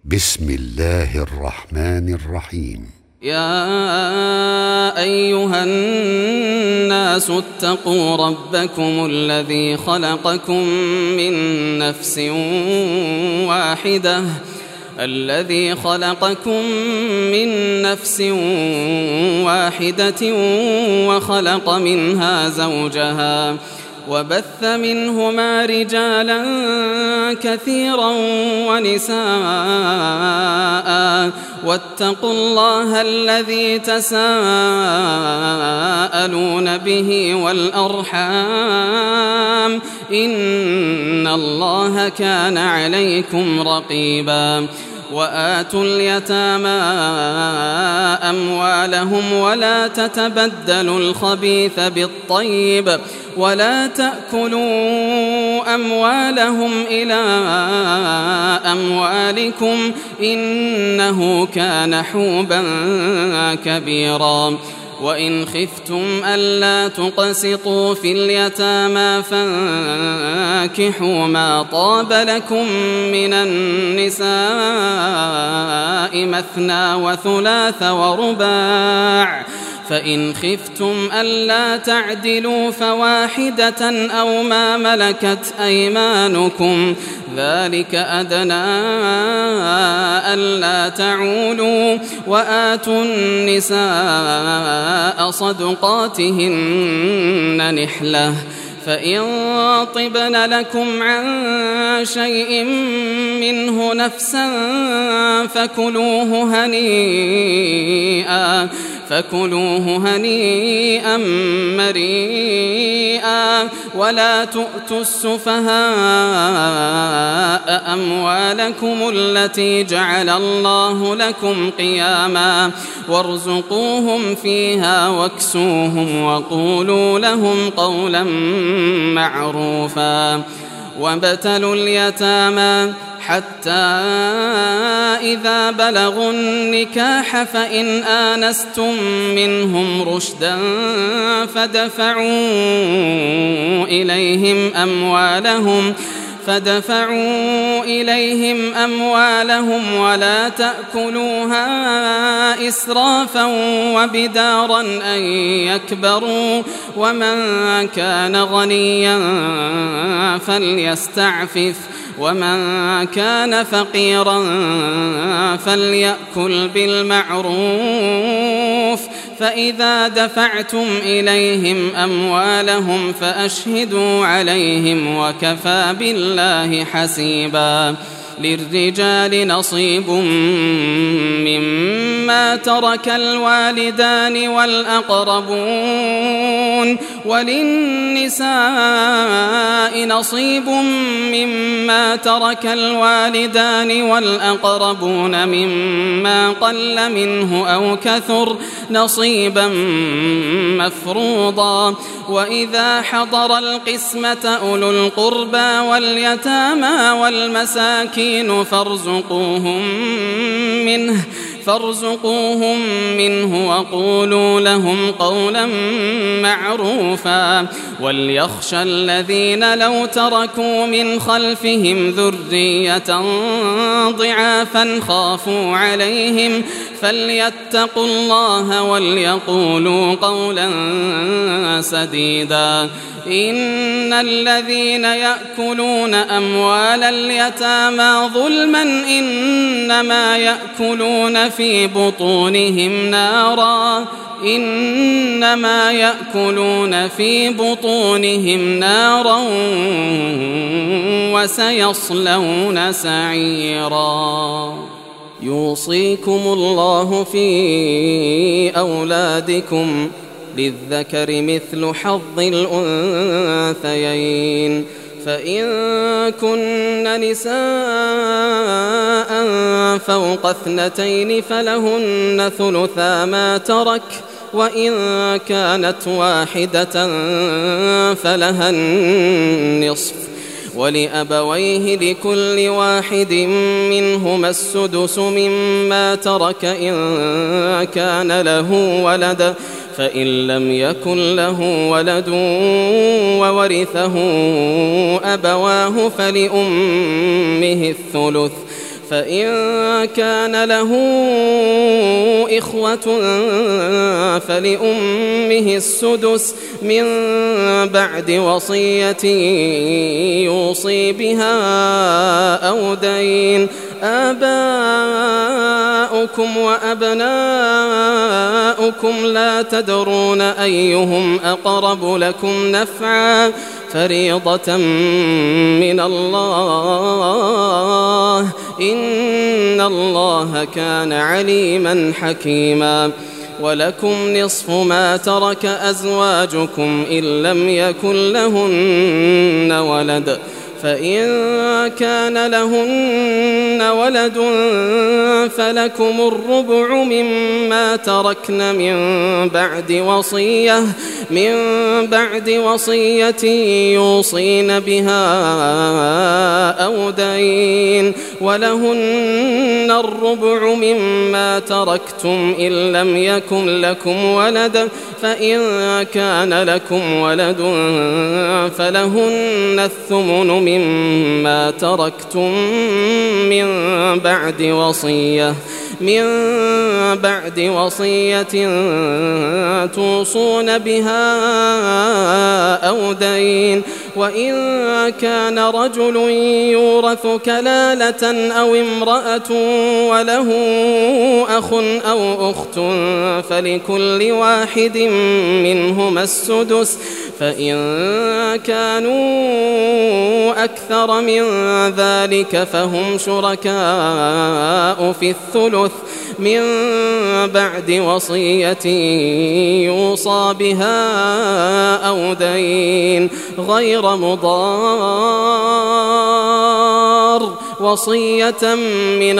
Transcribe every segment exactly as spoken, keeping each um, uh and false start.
بسم الله الرحمن الرحيم. يا أيها الناس اتقوا ربكم الذي خلقكم من نفس واحدة الذي خلقكم من نفس واحدة وخلق منها زوجها وبث منهما رجالا كثيرا ونساء واتقوا الله الذي تساءلون به والأرحام إن الله كان عليكم رقيبا. وآتوا اليتامى أموالهم ولا تتبدلوا الخبيث بالطيب ولا تأكلوا أموالهم إلى أموالكم إنه كان حوبا كبيرا. وإن خفتم ألا تقسطوا في اليتامى فانكحوا ما طاب لكم من النساء مثنى وثلاث ورباع فإن خفتم ألا تعدلوا فواحدة أو ما ملكت أيمانكم ذلك أدنى ألا تعولوا. وآتوا النساء صدقاتهن نحلة فإن طبن لكم عن شيء منه نفسا فكلوه هنيئا فكلوه هنيئا مريئا. ولا تؤتوا السفهاء أموالكم التي جعل الله لكم قياما وارزقوهم فيها واكسوهم وقولوا لهم قولا معروفا. وابتلوا اليتامى حتى إذا بلغوا النكاح فإن آنستم منهم رشدا فدفعوا إليهم أموالهم فدفعوا إليهم أموالهم ولا تأكلوها إسرافا وبدارا أن يكبروا. ومن كان غنيا فليستعفف ومن كان فقيرا فليأكل بالمعروف. فإذا دفعتم إليهم أموالهم فأشهدوا عليهم وكفى بالله حسيبا. للرجال نصيب مما ترك الوالدان والأقربون وللنساء نصيب مما ترك الوالدان والأقربون مما قل منه أو كثر نصيبا مفروضا. وإذا حضر القسمة أولو القربى واليتامى والمساكين فارزقوهم منه فارزقوهم منه وقولوا لهم قولا معروفا. وليخشى الذين لو تركوا من خلفهم ذرية ضعافا خافوا عليهم فليتقوا الله وليقولوا قولا سديدا. إن الذين يأكلون أموال اليتامى ظلما إنما يأكلون في بطونهم نارا إنما يأكلون في بطونهم نارا وسيصلون سعيرا. يوصيكم الله في أولادكم للذكر مثل حظ الأنثيين فإن كن نساء فوق اثنتين فلهن ثلثا ما ترك وإن كانت واحدة فلها النصف ولأبويه لكل واحد منهما السدس مما ترك إن كان له ولد فإن لم يكن له ولد وورثه أبواه فلأمه الثلث فإن كان له إخوة فلأمه السدس من بعد وصية يوصي بها أو دين. آباؤكم وأبناؤكم لا تدرون أيهم أقرب لكم نفعا فريضة من الله إن الله كان عليما حكيما. ولكم نصف ما ترك أزواجكم إن لم يكن لهن ولد فإن كان لهن ولد فلكم الربع مما تركن من بعد وصية من بعد وصية يوصين بها أو دين. ولهن الربع مما تركتم إن لم يكن لكم ولد فإن كان لكم ولد فلهن الثمن مما تركتم من بعد وصية من بعد وصية توصون بها أو دين. وإن كان رجل يورث كلالة أو امرأة وله أخ أو أخت فلكل واحد منهما السدس فإن كانوا أكثر من ذلك فهم شركاء في الثلث من بعد وصية يوصى بها أو دين غير مضار وصية من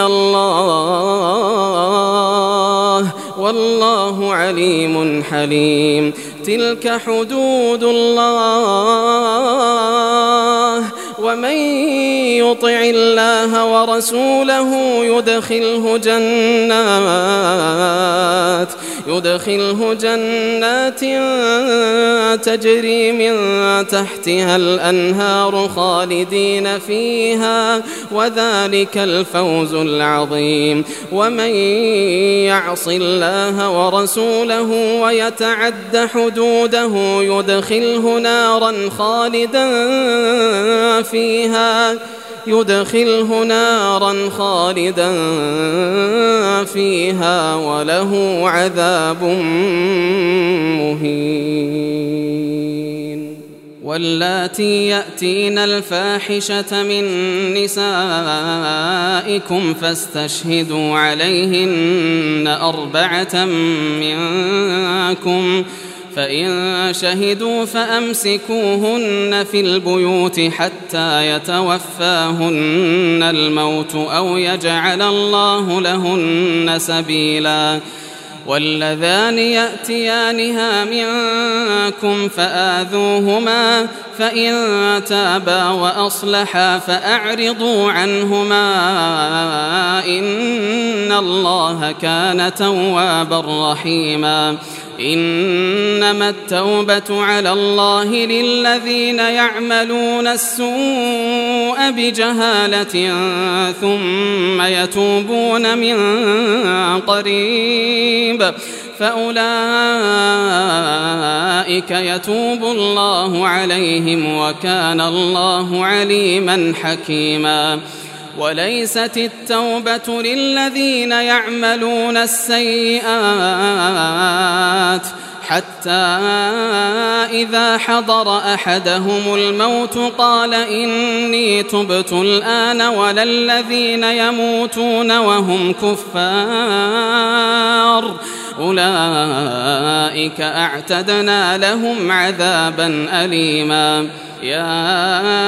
الله والله عليم حليم. تلك حدود الله ومن يطع الله ورسوله يدخله جنات يدخله جنات تجري من تحتها الأنهار خالدين فيها وذلك الفوز العظيم. ومن يعص الله ورسوله ويتعد حدوده يدخله نارا خالدا فيها يدخله نارا خالدا فيها وله عذاب مهين. واللاتي يأتين الفاحشة من نسائكم فاستشهدوا عليهن أربعة منكم فإن شهدوا فأمسكوهن في البيوت حتى يتوفاهن الموت أو يجعل الله لهن سبيلا. واللذان يأتيانها منكم فآذوهما فإن تابا وأصلحا فأعرضوا عنهما إن الله كان توابا رحيما. إنما التوبة على الله للذين يعملون السوء بجهالة ثم يتوبون من قريب فأولئك يتوب الله عليهم وكان الله عليما حكيما. وليست التوبة للذين يعملون السيئات حتى إذا حضر أحدهم الموت قال إني تبت الآن ولا الذين يموتون وهم كفار أولئك أعتدنا لهم عذابا أليما. يا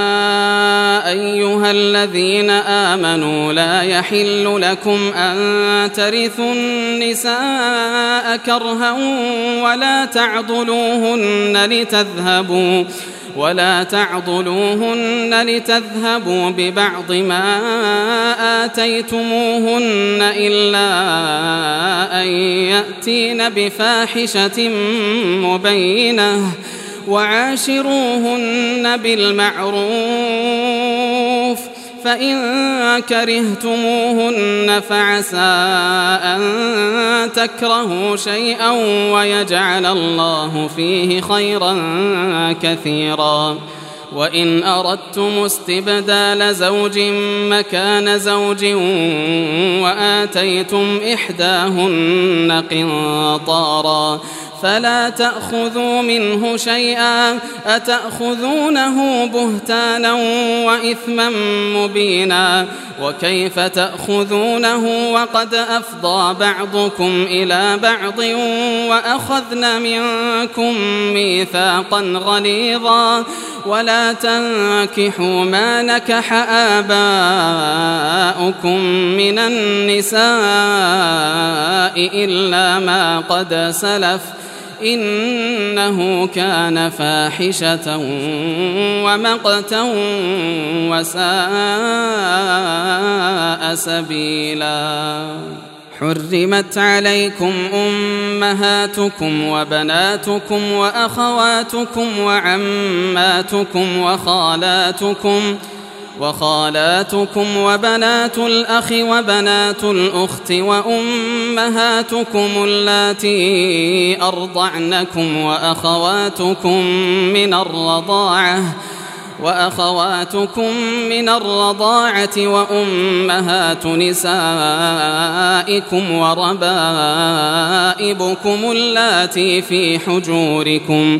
أيها الذين آمنوا لا يحل لكم أن ترثوا النساء كرها ولا تعضلوهن لتذهبوا ولا تعضلوهن لتذهبوا ببعض ما آتيتموهن إلا أن يأتين بفاحشة مبينة وعاشروهن بالمعروف فإن كرهتموهن فعسى أن تكرهوا شيئا ويجعل الله فيه خيرا كثيرا. وإن أردتم استبدال زوج مكان زوج وآتيتم إحداهن قنطارا فلا تأخذوا منه شيئا أتأخذونه بهتانا وإثما مبينا وكيف تأخذونه وقد أفضى بعضكم إلى بعض وأخذن منكم ميثاقا غليظا ولا تنكحوا ما نكح آباؤكم من النساء إلا ما قد سلف إنه كان فاحشة ومقتا وساء سبيلا. حرمت عليكم أمهاتكم وبناتكم وأخواتكم وعماتكم وخالاتكم وخالاتكم وبنات الأخ وبنات الأخت وأمهاتكم اللاتي أرضعنكم وأخواتكم من الرضاعة وأخواتكم من الرضاعة وأمهات نسائكم وربائبكم اللاتي في حجوركم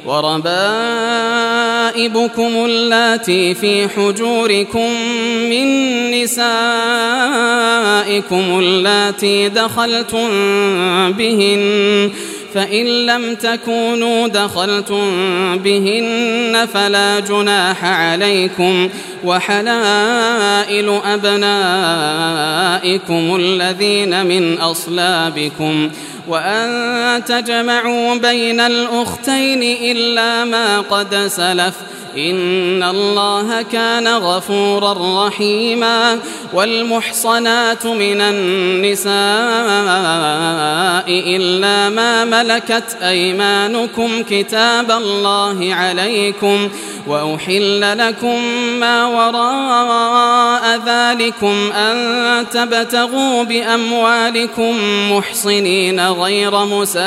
وربائبكم اللاتي في حجوركم من نسائكم اللاتي دخلتم بهن فإن لم تكونوا دخلتم بهن فلا جناح عليكم وحلائل أبنائكم الذين من أصلابكم وأن تجمعوا بين الأختين إلا ما قد سلف إن الله كان غفورا رحيما. والمحصنات من النساء إلا ما ملكت أيمانكم كتاب الله عليكم وأحل لكم ما وراء ذلكم أن تبتغوا بأموالكم محصنين غير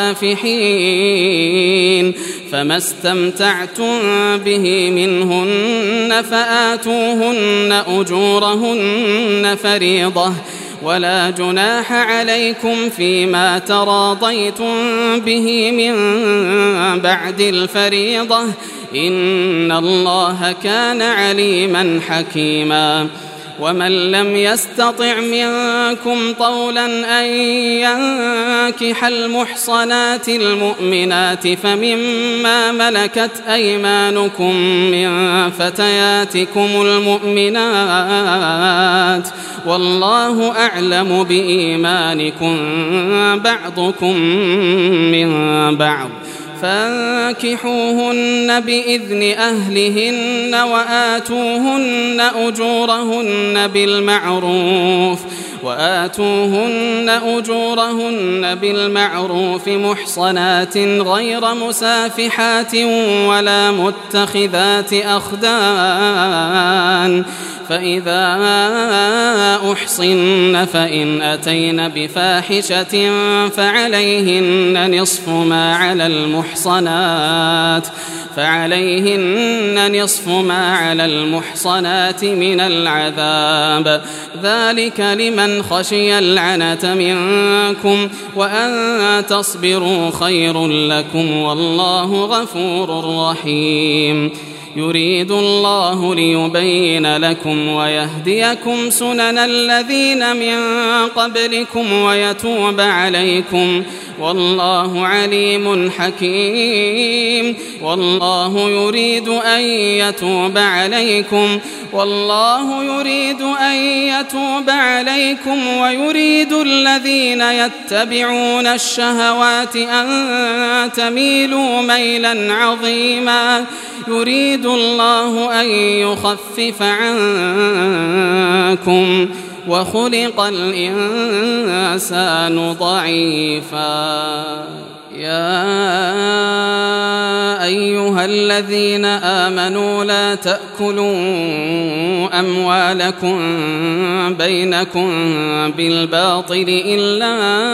مسافحين فما استمتعتم به منهن فآتوهن أجورهن فريضة ولا جناح عليكم فيما تراضيتم به من بعد الفريضة إن الله كان عليما حكيما. ومن لم يستطع منكم طولا أن ينكح المحصنات المؤمنات فمما ملكت أيمانكم من فتياتكم المؤمنات والله أعلم بإيمانكم بعضكم من بعض فانكحوهن بإذن أهلهن وآتوهن أجورهن بالمعروف وآتوهن أجورهن بالمعروف محصنات غير مسافحات ولا متخذات أخدان فإذا أحصن فإن أتين بفاحشة فعليهن نصف ما على المحصنات فعليهن نصف ما على المحصنات من العذاب ذلك لمن خشي العنة منكم وأن تصبروا خير لكم والله غفور رحيم. يريد الله ليبين لكم ويهديكم سنن الذين من قبلكم ويتوب عليكم والله عليم حكيم. والله يريد أن يتوب عليكم والله يريد أن يتوب عليكم ويريد الذين يتبعون الشهوات أن تميلوا ميلا عظيما. يريد الله أن يخفف عنكم وخلق الإنسان ضعيفا. يا أيها الذين آمنوا لا تأكلوا أموالكم بينكم بالباطل إلا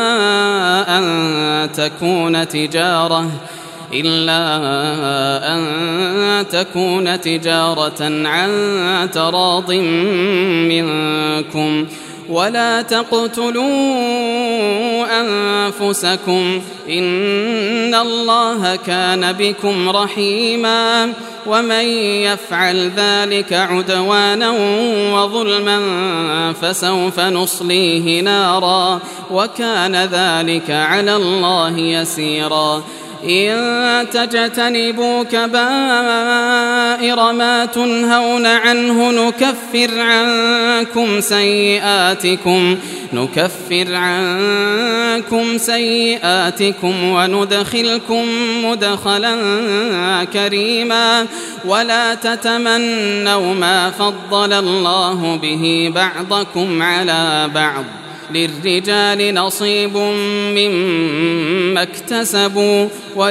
أن تكون تجارة إلا أن تكون تجارة عن تراض منكم ولا تقتلوا أنفسكم إن الله كان بكم رحيما ومن يفعل ذلك عدوانا وظلما فسوف نصليه نارا وكان ذلك على الله يسيرا. إن تجتنبوا كبائر ما تنهون عنه نكفر عنكم سيئاتكم نكفر عنكم سيئاتكم وندخلكم مدخلا كريما. ولا تتمنوا ما فضل الله به بعضكم على بعض للرجال نصيب مما اكتسبوا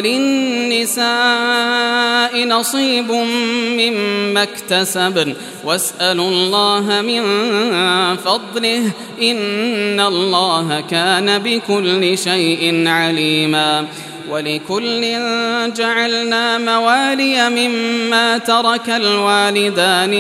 وللنساء نصيب مما اكتسبن واسألوا الله من فضله إن الله كان بكل شيء عليما. ولكل جعلنا موالي مما ترك الوالدان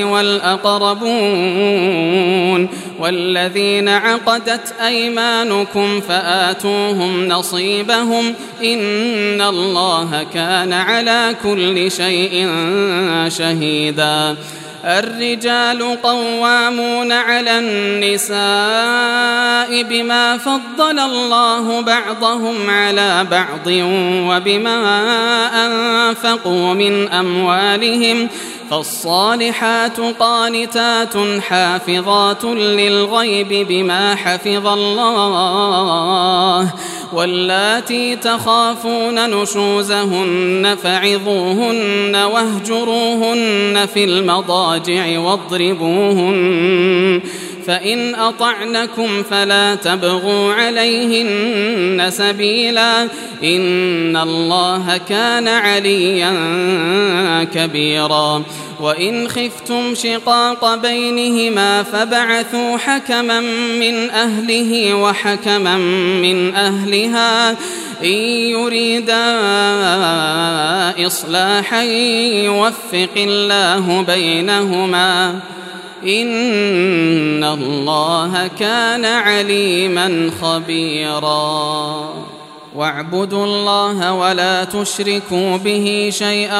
والأقربون والذين عقدت أيمانكم فآتوهم نصيبهم إن الله كان على كل شيء شهيدا. الرجال قوامون على النساء بما فضل الله بعضهم على بعض وبما أنفقوا من أموالهم فالصالحات قانتات حافظات للغيب بما حفظ الله واللاتي تخافون نشوزهن فعظوهن واهجروهن في المضاجع واضربوهن فإن أطعنكم فلا تبغوا عليهن سبيلا إن الله كان عليا كبيرا. وإن خفتم شقاق بينهما فبعثوا حكما من أهله وحكما من أهلها إن يريدا إصلاحا يوفق الله بينهما إن الله كان عليما خبيرا. واعبدوا الله ولا تشركوا به شيئا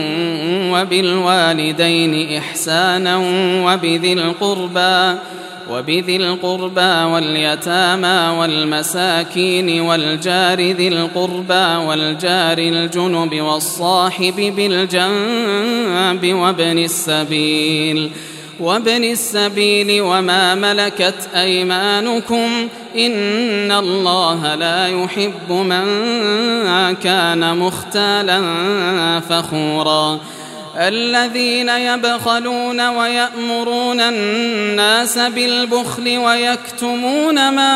وبالوالدين إحسانا وبذي القربى وبذي القربى واليتامى والمساكين والجار ذي القربى والجار الجنب والصاحب بالجنب وابن السبيل وابن السبيل وما ملكت أيمانكم إن الله لا يحب من كان مختالا فخورا. الذين يبخلون ويأمرون الناس بالبخل ويكتمون ما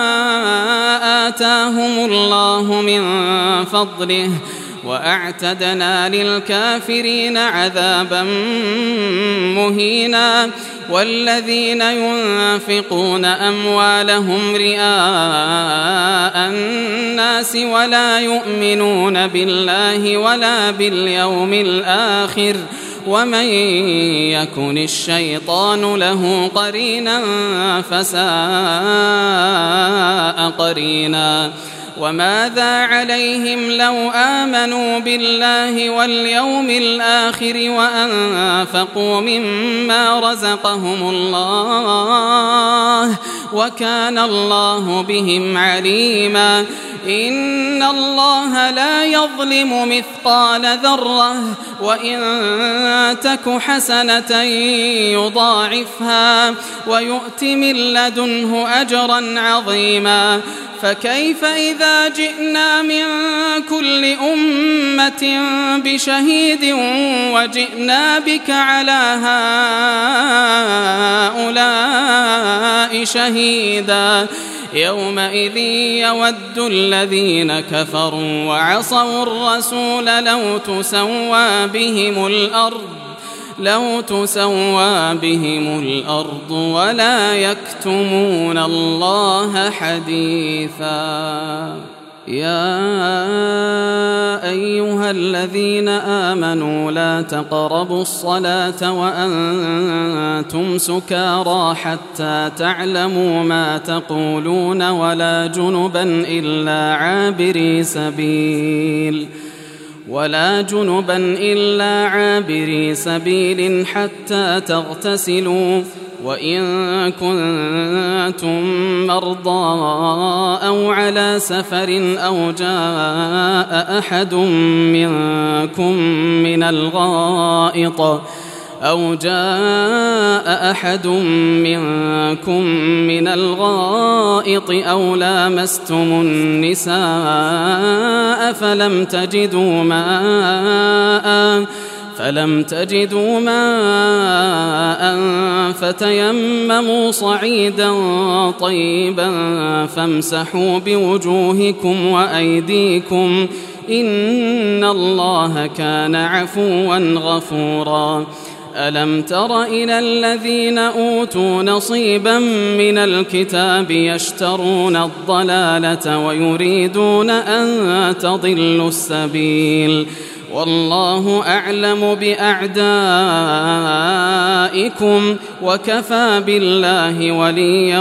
آتاهم الله من فضله وأعتدنا للكافرين عذابا مهينا. والذين ينفقون أموالهم رئاء الناس ولا يؤمنون بالله ولا باليوم الآخر ومن يكن الشيطان له قرينا فساء قرينا. وماذا عليهم لو آمنوا بالله واليوم الآخر وأنفقوا مما رزقهم الله وكان الله بهم عليما. إن الله لا يظلم مثقال ذرة وإن تك حسنة يضاعفها ويؤت من لدنه أجرا عظيما فكيف إذا جئنا من كل أمة بشهيد وجئنا بك على هؤلاء شهيدا يومئذ يود الذين كفروا وعصوا الرسول لو تسوى بهم الأرض لو تسوى بهم الأرض ولا يكتمون الله حديثا يا أيها الذين آمنوا لا تقربوا الصلاة وأنتم سكارى حتى تعلموا ما تقولون ولا جنبا إلا عابري سبيل ولا جنبا إلا عابري سبيل حتى تغتسلوا وإن كنتم مرضى أو على سفر أو جاء أحد منكم من الغائط أو جاء أحد منكم من الغائط أو لامستم النساء فلم تجدوا ماء فلم تجدوا ماء فتيمموا صعيدا طيبا فامسحوا بوجوهكم وأيديكم إن الله كان عفوا غفورا ألم تر إلى الذين أوتوا نصيبا من الكتاب يشترون الضلالة ويريدون أن تضلوا السبيل والله أعلم بأعدائكم وكفى بالله وليا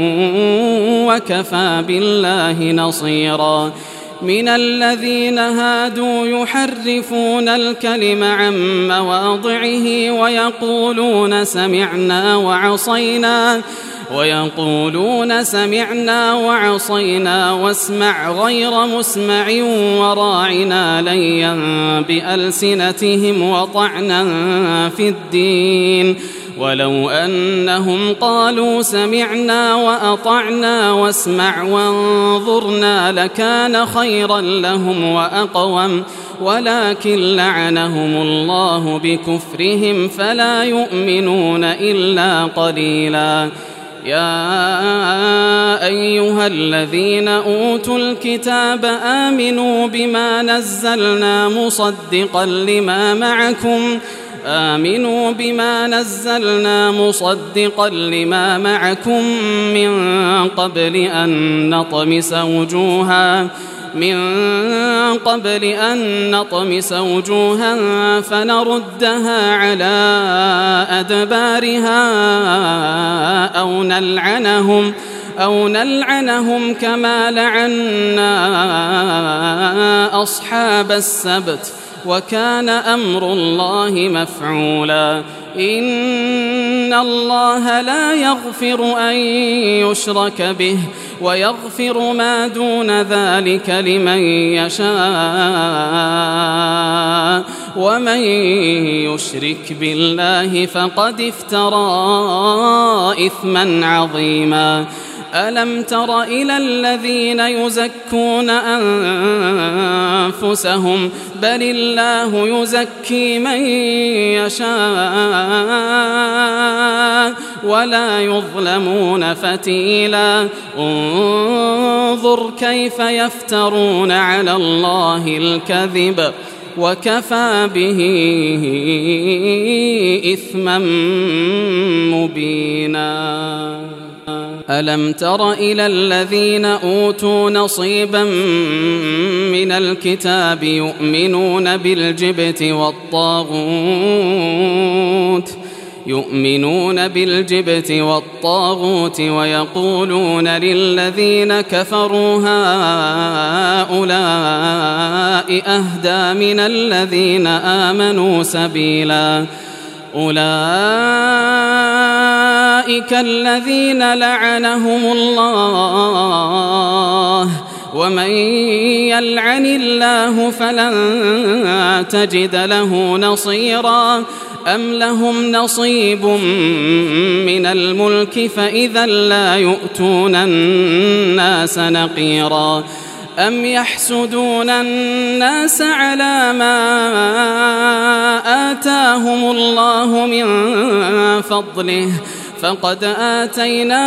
وكفى بالله نصيرا من الذين هادوا يحرفون الكلم عن مواضعه ويقولون سمعنا وعصينا ويقولون سمعنا وعصينا واسمع غير مسمع وراعنا ليا بألسنتهم وطعنا في الدين ولو أنهم قالوا سمعنا وأطعنا واسمع وانظرنا لكان خيرا لهم وأقوم ولكن لعنهم الله بكفرهم فلا يؤمنون إلا قليلا يا أيها الذين أوتوا الكتاب آمنوا بما نزلنا مصدقا لما معكم آمنوا بما نزلنا مصدقا لما معكم من قبل أن نطمس وجوها من قبل أن نطمس وجوها فنردها على أدبارها أو نلعنهم أو نلعنهم كما لعنا أصحاب السبت وكان أمر الله مفعولا إن الله لا يغفر أن يشرك به ويغفر ما دون ذلك لمن يشاء ومن يشرك بالله فقد افترى إثما عظيما ألم تر إلى الذين يزكون أنفسهم بل الله يزكي من يشاء ولا يظلمون فتيلا انظر كيف يفترون على الله الكذب وكفى به إثما مبينا ألم تر إلى الذين أوتوا نصيبا من الكتاب يؤمنون بالجبت والطاغوت يؤمنون بالجبت والطاغوت ويقولون للذين كفروا هؤلاء أهدى من الذين آمنوا سبيلا أولئك الذين لعنهم الله ومن يلعن الله فلن تجد له نصيرا أم لهم نصيب من الملك فإذا لا يؤتون الناس نقيرا أم يحسدون الناس على ما آتاهم الله من فضله فقد آتينا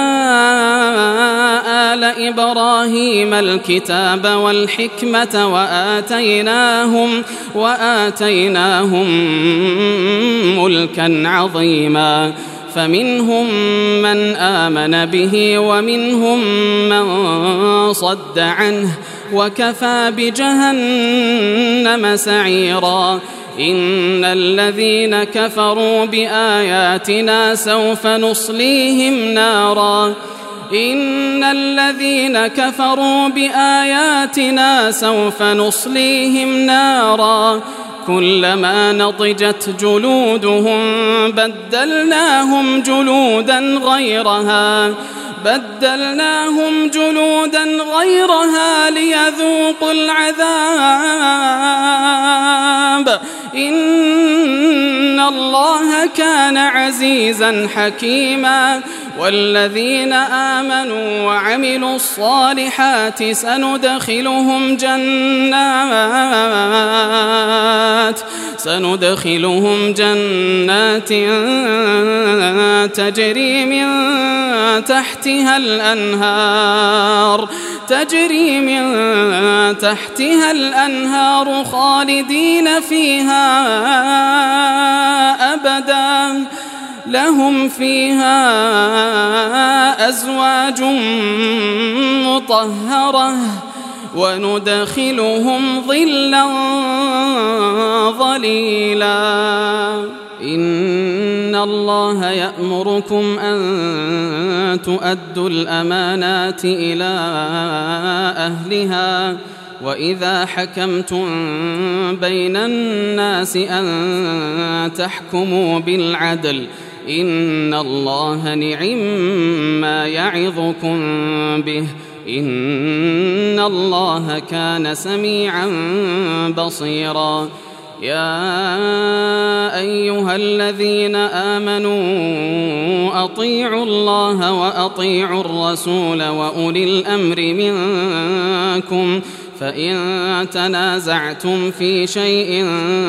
آل إبراهيم الكتاب والحكمة وآتيناهم, وآتيناهم ملكا عظيما فمنهم من آمن به ومنهم من صد عنه وكفى بجهنم سعيرا إن الذين كفروا بآياتنا سوف نصليهم نارا إن الذين كفروا بآياتنا سوف نصليهم نارا كلما نضجت جلودهم بدلناهم جلودا غيرها بدلناهم جلودا غيرها ليذوقوا العذاب إن الله كان عزيزا حكيما والذين آمنوا وعملوا الصالحات سندخلهم جنات سندخلهم جنات تجري من تحتها الأنهار تجري من تحتها الأنهار خالدين فيها أبدا لهم فيها أزواج مطهرة وندخلهم ظلا ظليلا إن الله يأمركم أن تؤدوا الأمانات إلى أهلها وإذا حكمتم بين الناس أن تحكموا بالعدل إن الله نعم يعظكم به إن الله كان سميعا بصيرا يا أيها الذين آمنوا أطيعوا الله وأطيعوا الرسول وأولي الأمر منكم فإن تنازعتم في شيء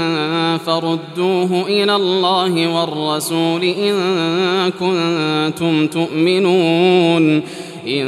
فردوه إلى الله والرسول إن كنتم تؤمنون إن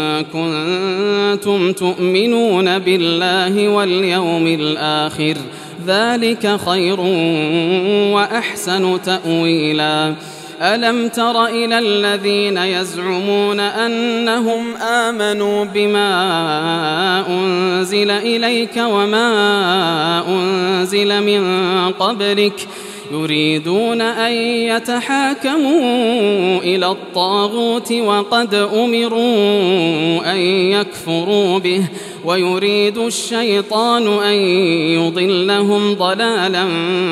كنتم تؤمنون بالله واليوم الآخر ذلك خير وأحسن تأويلا ألم تر إلى الذين يزعمون أنهم آمنوا بما أنزل إليك وما أنزل من قبلك يريدون أن يتحاكموا إلى الطاغوت وقد أمروا أن يكفروا به ويريد الشيطان أن يضلهم ضلالا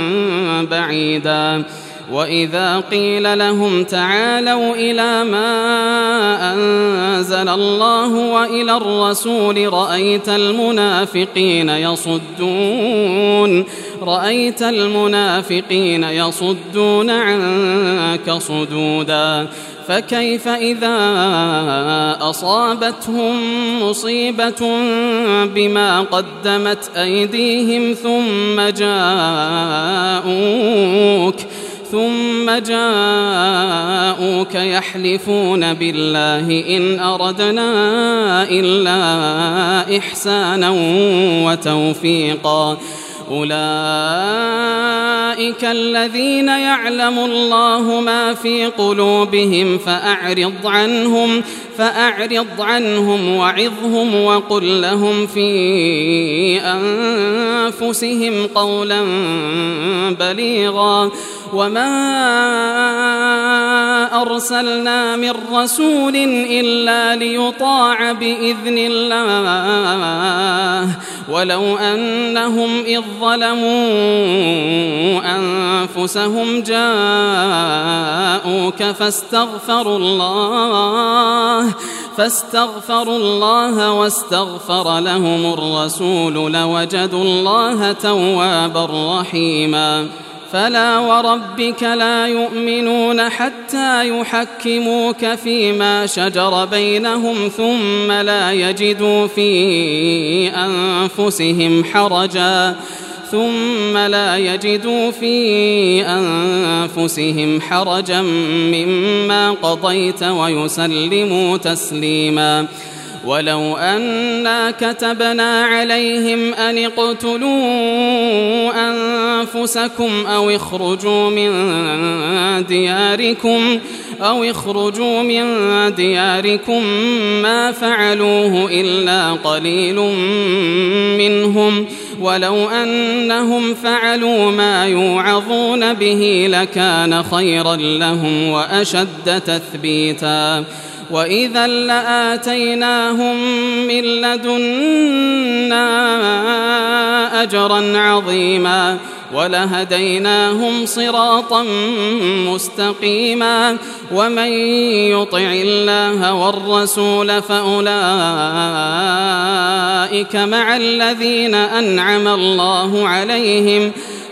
بعيدا وإذا قيل لهم تعالوا إلى ما أنزل الله وإلى الرسول رأيت المنافقين يصدون رأيت المنافقين يصدون عنك صدودا فكيف إذا أصابتهم مصيبة بما قدمت أيديهم ثم جاءوك ثم جاءوك يحلفون بالله إن أردنا إلا إحسانا وتوفيقا أولئك الذين يعلم الله ما في قلوبهم فأعرض عنهم فأعرض عنهم وعظهم وقل لهم في أنفسهم قولا بليغا وما أرسلنا من رسول إلا ليطاع بإذن الله ولو أنهم إذ ظلموا أنفسهم جاءوك فاستغفروا الله فاستغفروا الله واستغفر لهم الرسول لوجدوا الله توابا رحيما فلا وربك لا يؤمنون حتى يحكموك فيما شجر بينهم ثم لا يجدوا في أنفسهم حرجا ثم لا يجدوا في أنفسهم حرجا مما قضيت ويسلموا تسليما ولو أنا كتبنا عليهم أن اقتلوا أنفسكم أو اخرجوا من دياركم أو اخرجوا من دياركم ما فعلوه إلا قليل منهم ولو أنهم فعلوا ما يوعظون به لكان خيرا لهم وأشد تثبيتا وإذا لآتيناهم من لدنا أجرا عظيما ولهديناهم صراطا مستقيما ومن يطع الله والرسول فأولئك مع الذين أنعم الله عليهم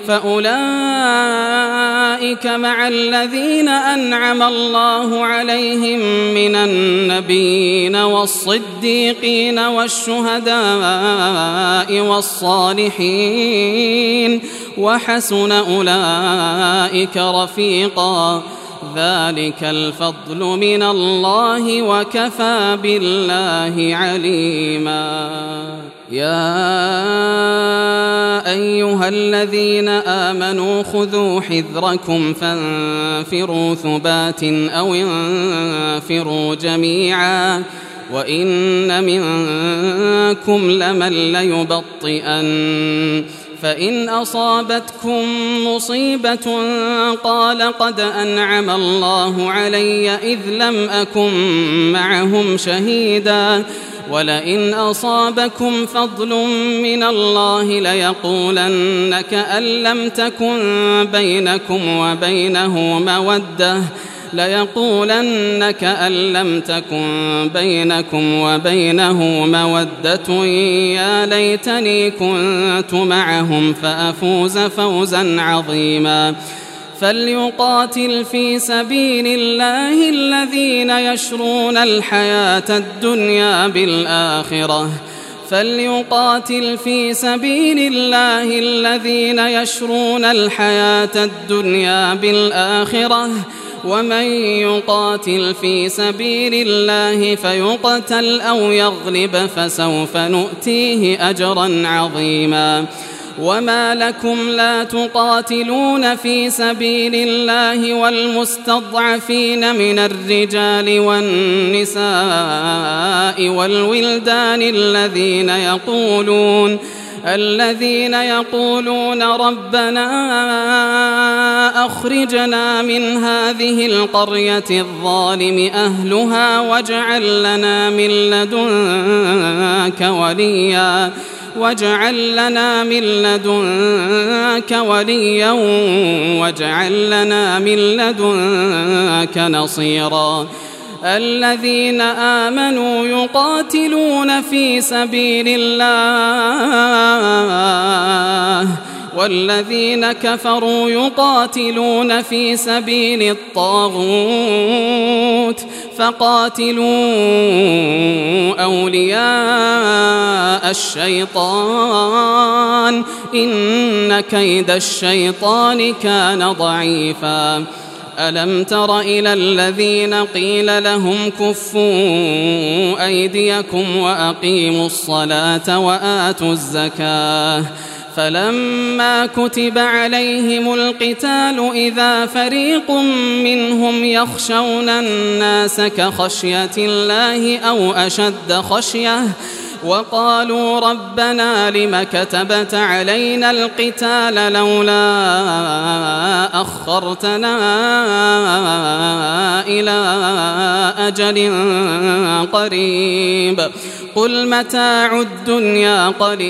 فأولئك مع الذين أنعم الله عليهم من النبيين والصديقين والشهداء والصالحين وحسن أولئك رفيقا ذلك الفضل من الله وكفى بالله عليما يا أيها الذين آمنوا خذوا حذركم فانفروا ثبات أو انفروا جميعا وإن منكم لمن ليبطئن فإن أصابتكم مصيبة قال قد أنعم الله علي إذ لم أكن معهم شهيدا ولئن أصابكم فضل من الله ليقولن كأن لم تكن بينكم وبينه مودة ليقولن كأن لم تكن بينكم وبينه مودة يا ليتني كنت معهم فأفوز فوزا عظيما فليقاتل في سبيل الله الذين يشرون الحياة الدنيا بالآخرة فليقاتل في سبيل الله الذين يشرون الحياة الدنيا بالآخرة ومن يقاتل في سبيل الله فيقتل أو يغلب فسوف نؤتيه أجرا عظيما وما لكم لا تقاتلون في سبيل الله والمستضعفين من الرجال والنساء والولدان الذين يقولون الذين يقولون ربنا أخرجنا من هذه القرية الظالم أهلها واجعل لنا من لدنك وليا واجعل لنا من لدنك وليا واجعل لنا من لدنك نصيرا الذين آمنوا يقاتلون في سبيل الله والذين كفروا يقاتلون في سبيل الطاغوت فقاتلوا أولياء الشيطان إن كيد الشيطان كان ضعيفا ألم تر إلى الذين قيل لهم كفوا أيديكم وأقيموا الصلاة وآتوا الزكاة فلما كتب عليهم القتال إذا فريق منهم يخشون الناس كخشية الله أو أشد خشية وقالوا ربنا لم كتبت علينا القتال لولا أخرتنا إلى أجل قريب قل متاع الدنيا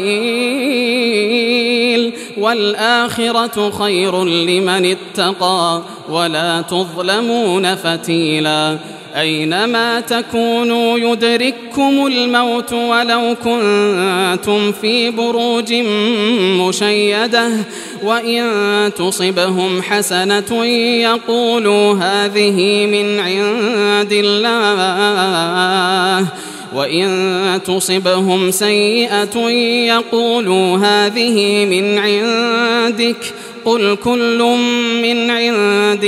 قليل والآخرة خير لمن اتقى ولا تظلمون فتيلا أينما تكونوا يدرككم الموت ولو كنتم في بروج مشيدة وإن تصبهم حسنة يقولوا هذه من عند الله وإن تصبهم سيئة يقولوا هذه من عندك قل كل من عند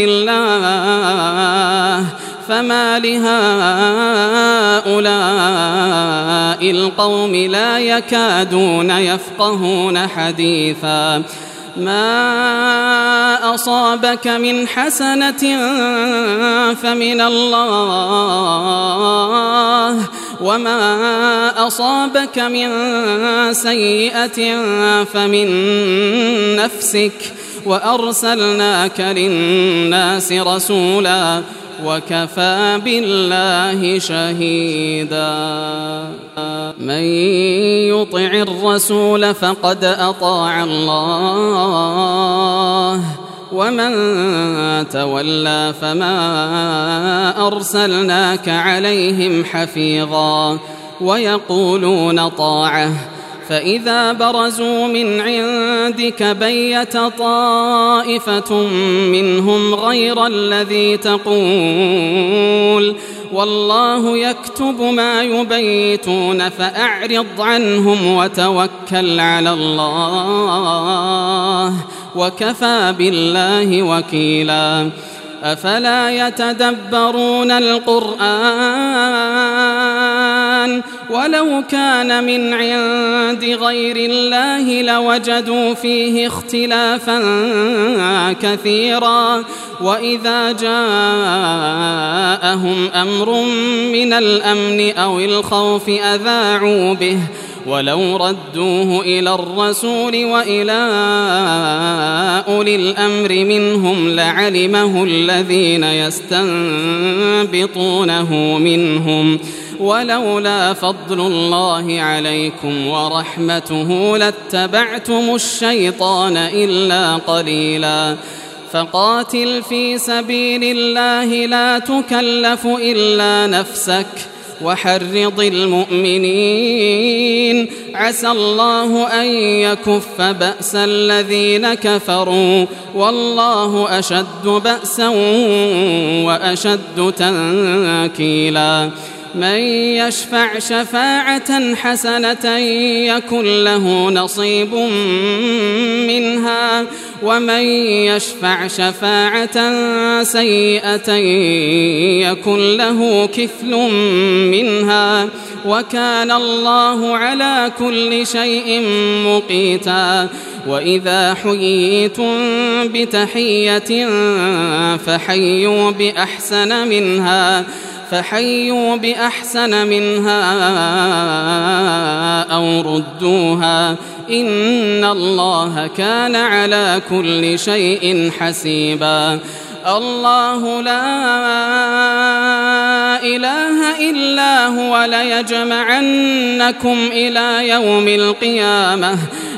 الله فما لهؤلاء القوم لا يكادون يفقهون حديثا ما أصابك من حسنة فمن الله وما أصابك من سيئة فمن نفسك وأرسلناك للناس رسولا وكفى بالله شهيدا من يطع الرسول فقد أطاع الله ومن تولى فما أرسلناك عليهم حفيظا ويقولون طاعة فإذا برزوا من عندك بيت طائفة منهم غير الذي تقول والله يكتب ما يبيتون فأعرض عنهم وتوكل على الله وكفى بالله وكيلا أفلا يتدبرون القرآن ولو كان من عند غير الله لوجدوا فيه اختلافا كثيرا وإذا جاءهم أمر من الأمن أو الخوف أذاعوا به ولو ردوه إلى الرسول وإلى أولي الأمر منهم لعلمه الذين يستنبطونه منهم ولولا فضل الله عليكم ورحمته لاتبعتم الشيطان إلا قليلا فقاتل في سبيل الله لا تكلف إلا نفسك وحرض المؤمنين عسى الله أن يكف بأس الذين كفروا والله أشد بأسا وأشد تنكيلا من يشفع شفاعة حسنة يكن له نصيب منها ومن يشفع شفاعة سيئة يكن له كفل منها وكان الله على كل شيء مقيتا وإذا حييتم بتحية فحيوا بأحسن منها فحيوا بأحسن منها أو ردوها إن الله كان على كل شيء حسيبا الله لا إله إلا هو ليجمعنكم إلى يوم القيامة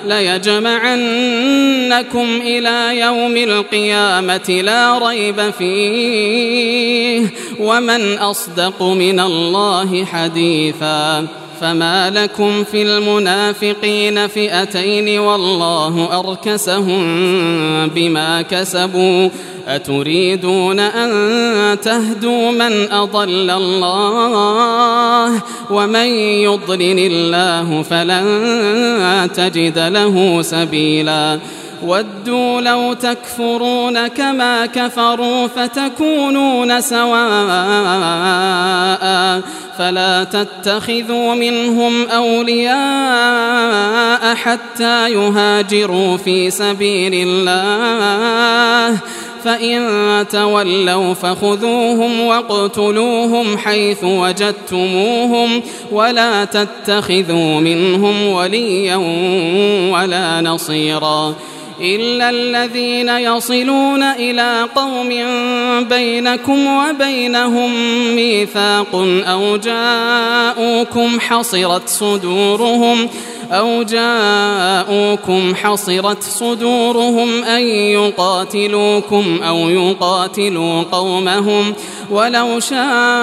ليجمعنكم إلى يوم القيامة لا ريب فيه ومن أصدق من الله حديثا فما لكم في المنافقين فئتين والله أركسهم بما كسبوا أتريدون أن تهدوا من أضل الله ومن يضلل الله فلن تجد له سبيلا ودوا لو تكفرون كما كفروا فتكونون سواء فلا تتخذوا منهم أولياء حتى يهاجروا في سبيل الله فإن تولوا فخذوهم واقتلوهم حيث وجدتموهم ولا تتخذوا منهم وليا ولا نصيرا إلا الذين يصلون إلى قوم بينكم وبينهم ميثاق أو جاءوكم حصرت صدورهم أو جاءوكم حصرت صدورهم أن يقاتلوكم أو يقاتلوا قومهم ولو شاء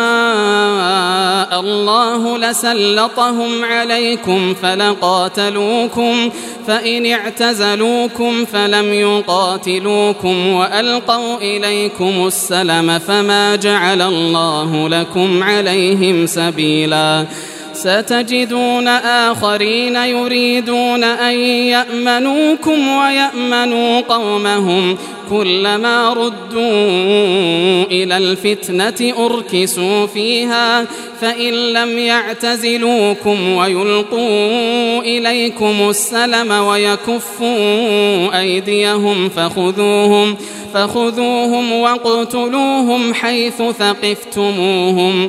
الله لسلطهم عليكم فلقاتلوكم فإن اعتزلوكم فلم يقاتلوكم وألقوا إليكم السلم فما جعل الله لكم عليهم سبيلا ستجدون آخرين يريدون أن يأمنوكم ويأمنوا قومهم كلما ردوا إلى الفتنة أركسوا فيها فإن لم يعتزلوكم ويلقوا إليكم السلم ويكفوا أيديهم فخذوهم فخذوهم واقتلوهم حيث ثقفتموهم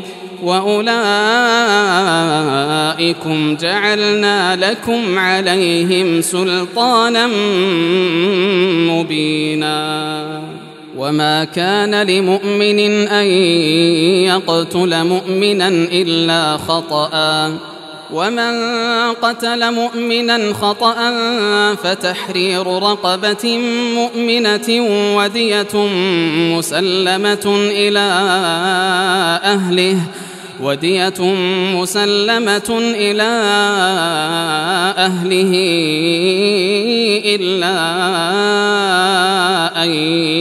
وأولئكم جعلنا لكم عليهم سلطانا مبينا وما كان لمؤمن أن يقتل مؤمنا إلا خطأ ومن قتل مؤمنا خطأ فتحرير رقبة مؤمنة ودية مسلمة إلى أهله ودية مسلمة إلى أهله إلا أن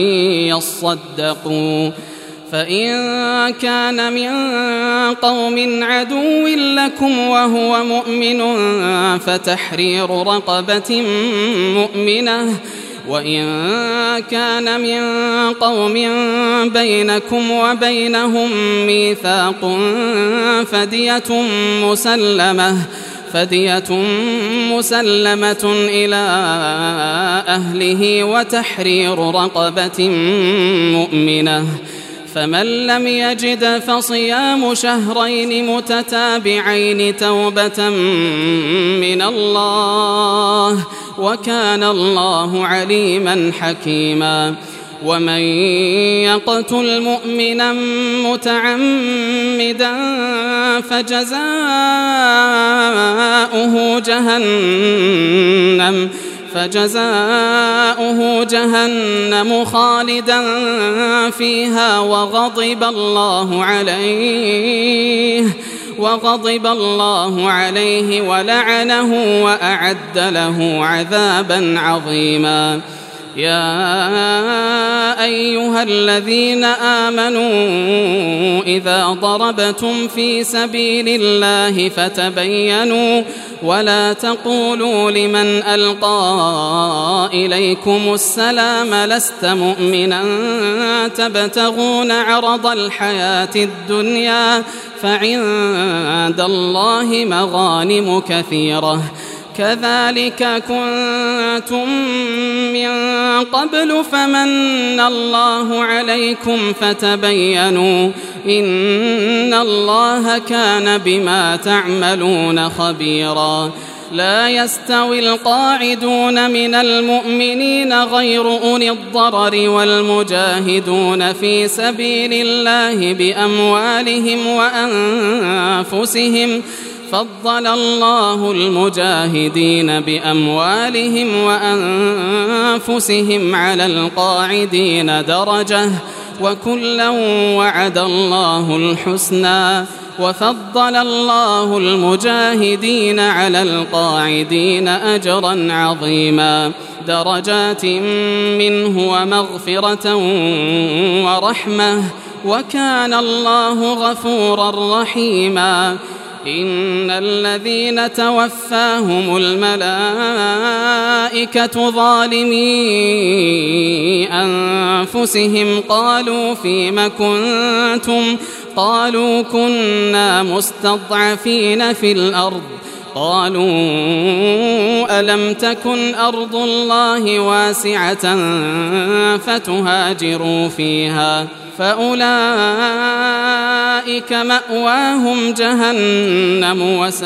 يصدقوا فإن كان من قوم عدو لكم وهو مؤمن فتحرير رقبة مؤمنة وإن كان من قوم بينكم وبينهم ميثاق فدية مسلمة فدية مسلمة إلى أهله وتحرير رقبة مؤمنة فمن لم يجد فصيام شهرين متتابعين توبة من الله وكان الله عليما حكيما ومن يقتل مؤمنا متعمدا فجزاؤه جهنم فجزاؤه جهنم خالدا فيها وغضب الله عليه وغضب الله عليه ولعنه وأعد له عذابا عظيما يا أيها الذين آمنوا إذا ضربتم في سبيل الله فتبينوا ولا تقولوا لمن ألقى إليكم السلام لست مؤمنا تبتغون عرض الحياة الدنيا فعند الله مغانم كثيرة كذلك كنتم من قبل فمن الله عليكم فتبينوا إن الله كان بما تعملون خبيرا لا يستوي القاعدون من المؤمنين غير أولي الضرر والمجاهدون في سبيل الله بأموالهم وأنفسهم فضل الله المجاهدين بأموالهم وأنفسهم على القاعدين درجة وكلا وعد الله الحسنى وفضل الله المجاهدين على القاعدين أجرا عظيما درجات منه ومغفرة ورحمة وكان الله غفورا رحيما إن الذين توفاهم الملائكة ظالمي أنفسهم قالوا فيم كنتم قالوا كنا مستضعفين في الأرض قالوا ألم تكن أرض الله واسعة فتهاجروا فيها فأولئك مأواهم جهنم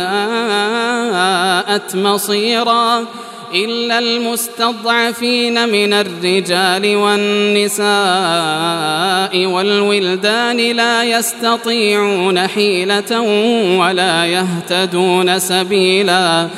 وساءت مصيرا إلا المستضعفين من الرجال والنساء والولدان لا يستطيعون حيلة ولا يهتدون سبيلا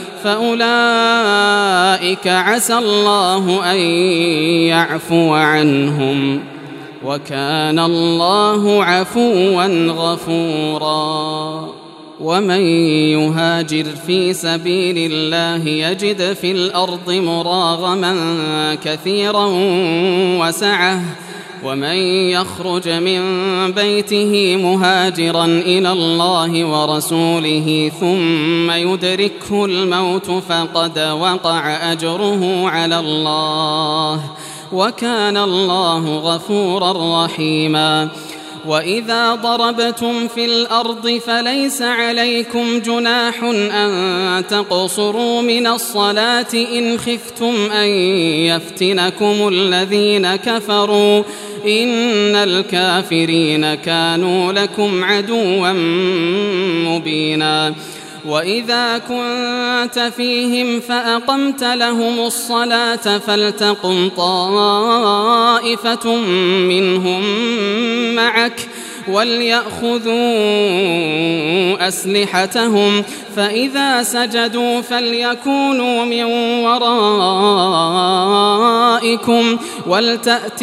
فأولئك عسى الله أن يعفو عنهم وكان الله عفوا غفورا ومن يهاجر في سبيل الله يجد في الأرض مراغما كثيرا وسعة ومن يخرج من بيته مهاجرا إلى الله ورسوله ثم يدركه الموت فقد وقع أجره على الله وكان الله غفورا رحيما وإذا ضربتم في الأرض فليس عليكم جناح أن تقصروا من الصلاة إن خفتم أن يفتنكم الذين كفروا إن الكافرين كانوا لكم عدوا مبينا وإذا كنت فيهم فأقمت لهم الصلاة فلتقم طائفة منهم معك وليأخذوا أسلحتهم فإذا سجدوا فليكونوا من ورائكم ولتأت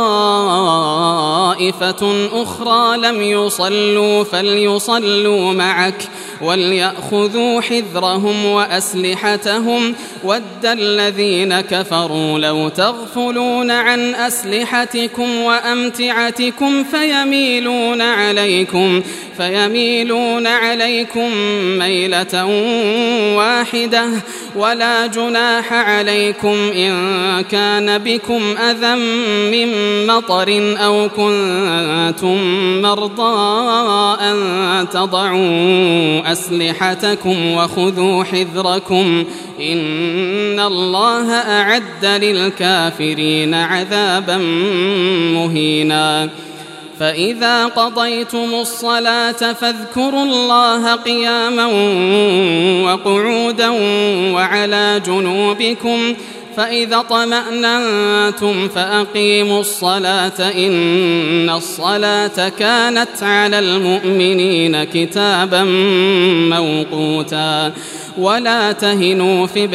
طائفة أخرى لم يصلوا فليصلوا معك وليأخذوا حذرهم وأسلحتهم ود الذين كفروا لو تغفلون عن أسلحتكم وأمتعتكم فيميلون عليكم فيميلون عليكم ميلة واحدة ولا جناح عليكم إن كان بكم أذى من مطر أو كنتم مرضى أن تضعوا أسلحتكم وخذوا حذركم إن الله أعد للكافرين عذابا مهينا فإذا قضيتم الصلاة فاذكروا الله قياما وقعودا وعلى جنوبكم فإذا اطمأننتم فأقيموا الصلاة إن الصلاة كانت على المؤمنين كتابا موقوتا ولا تهنوا في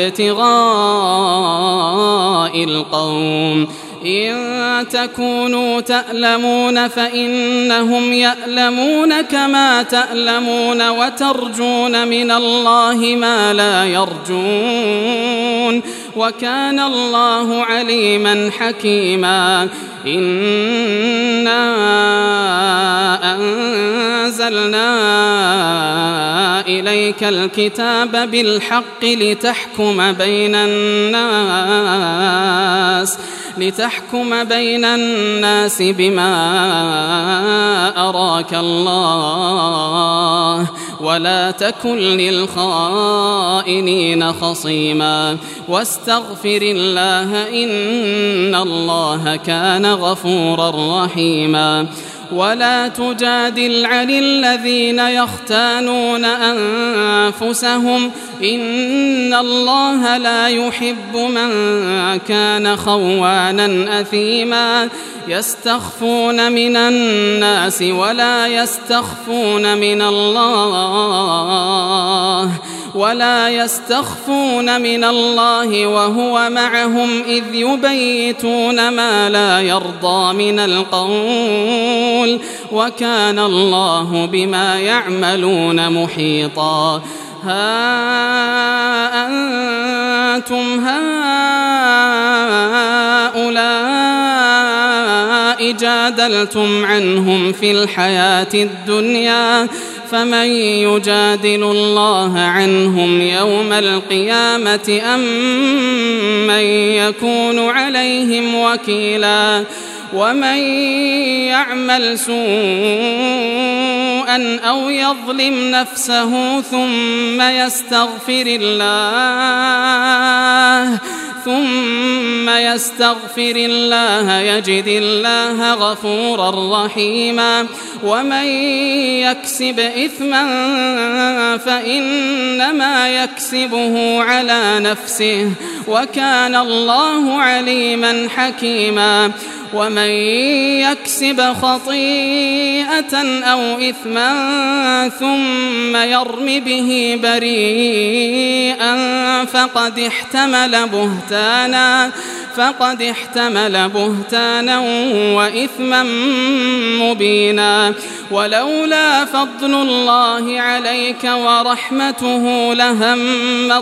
ابتغاء القوم إن تكونوا تألمون فإنهم يألمون كما تألمون وترجون من الله ما لا يرجون وكان الله عليما حكيما إنا أنزلنا إليك الكتاب بالحق لتحكم بين الناس لتحكم بين الناس بما أراك الله ولا تكن للخائنين خصيما واستغفر الله إن الله كان غفورا رحيما ولا تجادل عن الذين يختانون أنفسهم إن الله لا يحب من كان خوانا أثيما يستخفون من الناس ولا يستخفون من الله ولا يستخفون من الله وهو معهم إذ يبيتون ما لا يرضى من القول وكان الله بما يعملون محيطا ها أنتم هؤلاء جادلتم عنهم في الحياة الدنيا فمن يجادل الله عنهم يوم القيامة أم من يكون عليهم وكيلا ومن يعمل سوءا أو يظلم نفسه ثم يستغفر الله ثم يستغفر الله يجد الله غفورا رحيما ومن يكسب إثما فإنما يكسبه على نفسه وكان الله عليما حكيما ومن يكسب خطيئة أو إثما ثم يرم به بريئا فقد احتمل بهتانا فقد احتمل بهتانا وإثما مبينا ولولا فضل الله عليك ورحمته لهم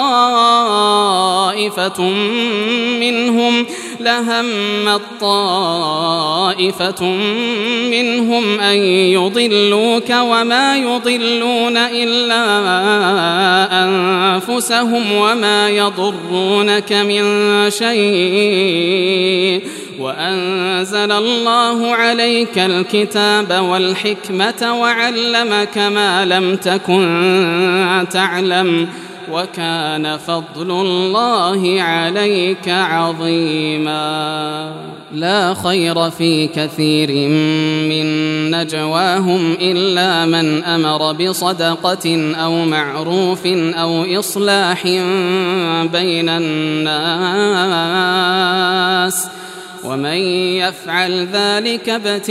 طائفة منهم لهم طائفة منهم أن يضلوك وما يضلون إلا أنفسهم وما يضرونك من شيء وأنزل الله عليك الكتاب والحكمة وعلمك ما لم تكن تعلم وكان فضل الله عليك عظيما لا خير في كثير من نجواهم إلا من أمر بصدقة أو معروف أو إصلاح بين الناس ومن يفعل ذلك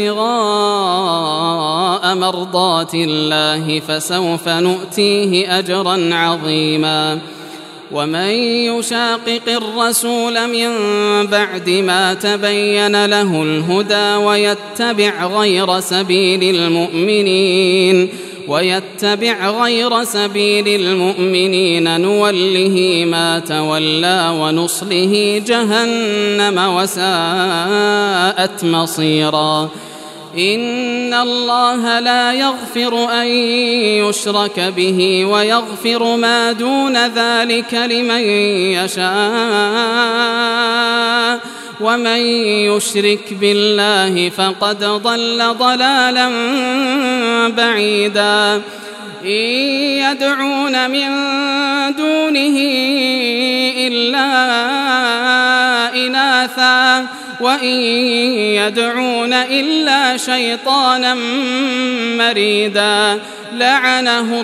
ابتغاء مرضات الله فسوف نؤتيه أجرا عظيما ومن يشاقق الرسول من بعد ما تبين له الهدى ويتبع غير سبيل المؤمنين ويتبع غير سبيل المؤمنين نوله ما تولى ونصله جهنم وساءت مصيرا إن الله لا يغفر أن يشرك به ويغفر ما دون ذلك لمن يشاء ومن يشرك بالله فقد ضل ضلالا بعيدا إن يدعون من دونه إلا إناثا وإن يدعون إلا شيطانا مريدا لعنه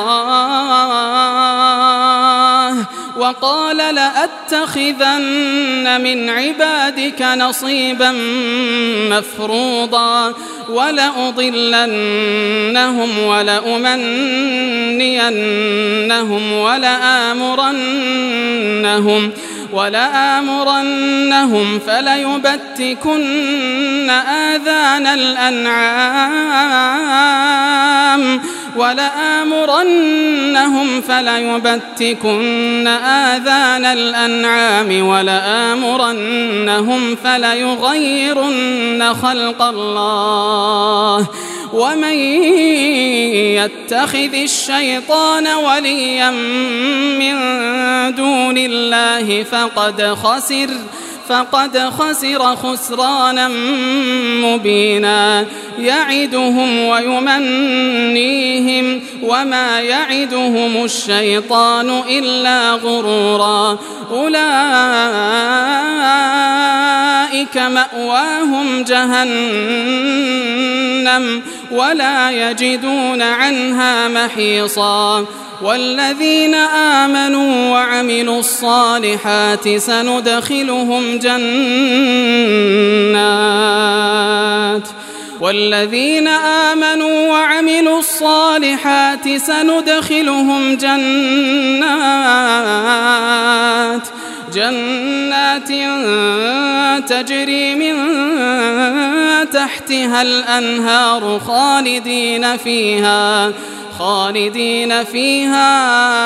الله وقال لأتخذن من عبادك نصيبا مفروضا ولأضلنهم ولأمنينهم ولآمرنهم ولآمرنهم فليبتكن آذان الأنعام ولآمرنهم فليبتكن آذان الأنعام ولآمرنهم فليغيرن خلق الله ومن يتخذ الشيطان وليا من دون الله فقد خسر فقد خسر خسرانا مبينا يعدهم ويمنيهم وما يعدهم الشيطان إلا غرورا أولئك مأواهم جهنم ولا يجدون عنها محيصا والذين آمنوا وعملوا الصالحات سندخلهم جنات والذين آمنوا وعملوا الصالحات سندخلهم جنات جنات تجري من تحتها الأنهار خالدين فيها خالدين فيها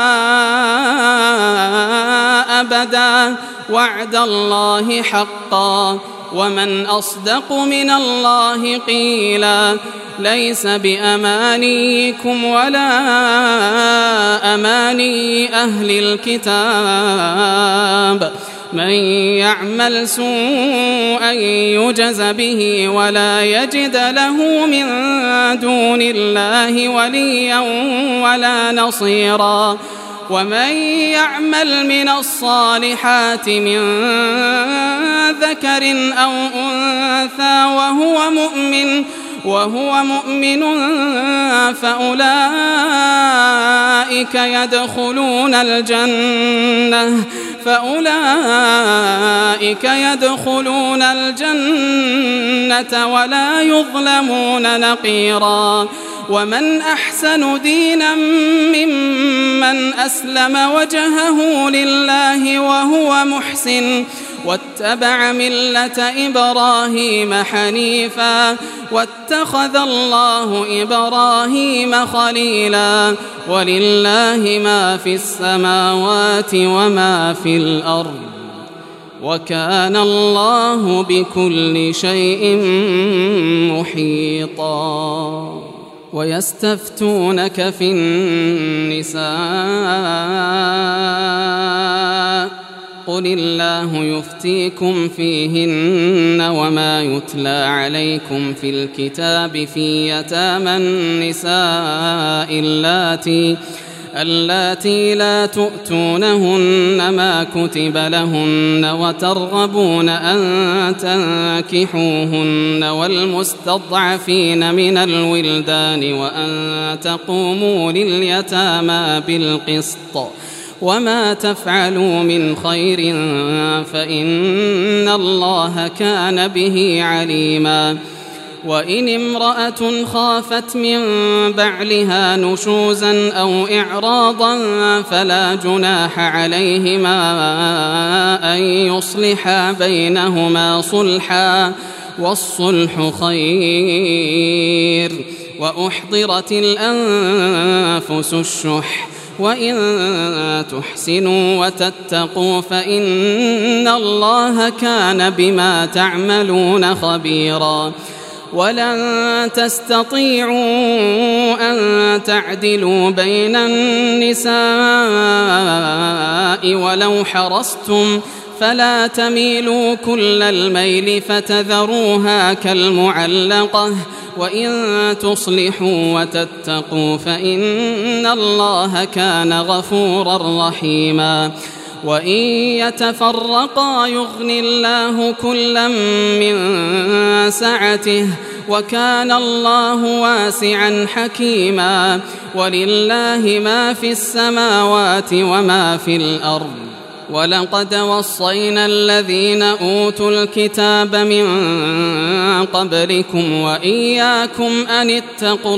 أبدا وعد الله حقا ومن أصدق من الله قيلا ليس بأمانيكم ولا أماني أهل الكتاب من يعمل سوءا يجز به ولا يجد له من دون الله وليا ولا نصيرا ومن يعمل من الصالحات من ذكر أو أنثى وهو مؤمن وهو مؤمن فأولئك يدخلون الجنة فأولئك يدخلون الجنة ولا يظلمون نقيرا ومن أحسن دينا ممن أسلم وجهه لله وهو محسن واتبع ملة إبراهيم حنيفا واتخذ الله إبراهيم خليلا ولله ما في السماوات وما في الأرض وكان الله بكل شيء محيطا ويستفتونك في النساء قل الله يفتيكم فيهن وما يتلى عليكم في الكتاب في يتامى النساء اللاتي اللاتي لا تؤتونهن ما كتب لهن وترغبون أن تنكحوهن والمستضعفين من الولدان وأن تقوموا لليتامى بالقسط وما تفعلوا من خير فإن الله كان به عليما وإن امرأة خافت من بعلها نشوزا أو إعراضا فلا جناح عليهما أن يصلحا بينهما صلحا والصلح خير وأحضرت الأنفس الشح وإن تحسنوا وتتقوا فإن الله كان بما تعملون خبيرا ولن تستطيعوا أن تعدلوا بين النساء ولو حرصتم فلا تميلوا كل الميل فتذروها كالمعلقة وإن تصلحوا وتتقوا فإن الله كان غفورا رحيما وإن يتفرقا يغني الله كلا من سعته وكان الله واسعا حكيما ولله ما في السماوات وما في الأرض ولقد وصينا الذين أوتوا الكتاب من قبلكم وإياكم أن اتقوا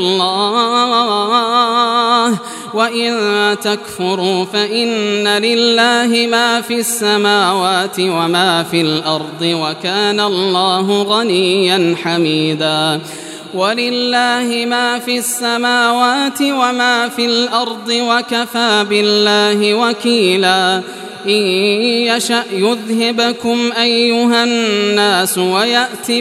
الله وإن تكفروا فإن لله ما في السماوات وما في الأرض وكان الله غنيا حميدا ولله ما في السماوات وما في الأرض وكفى بالله وكيلا إن يشأ يذهبكم أيها الناس ويأت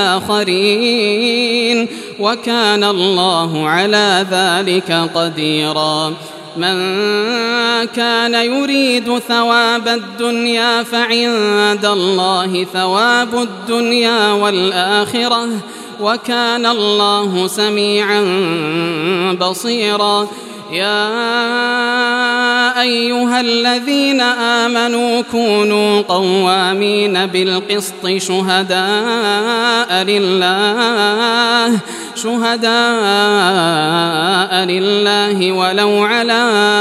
بآخرين وكان الله على ذلك قديرا من كان يريد ثواب الدنيا فعند الله ثواب الدنيا والآخرة وكان الله سميعا بصيرا يا أيها الذين آمنوا كونوا قوامين بالقسط شهداء لله شهداء لله ولو على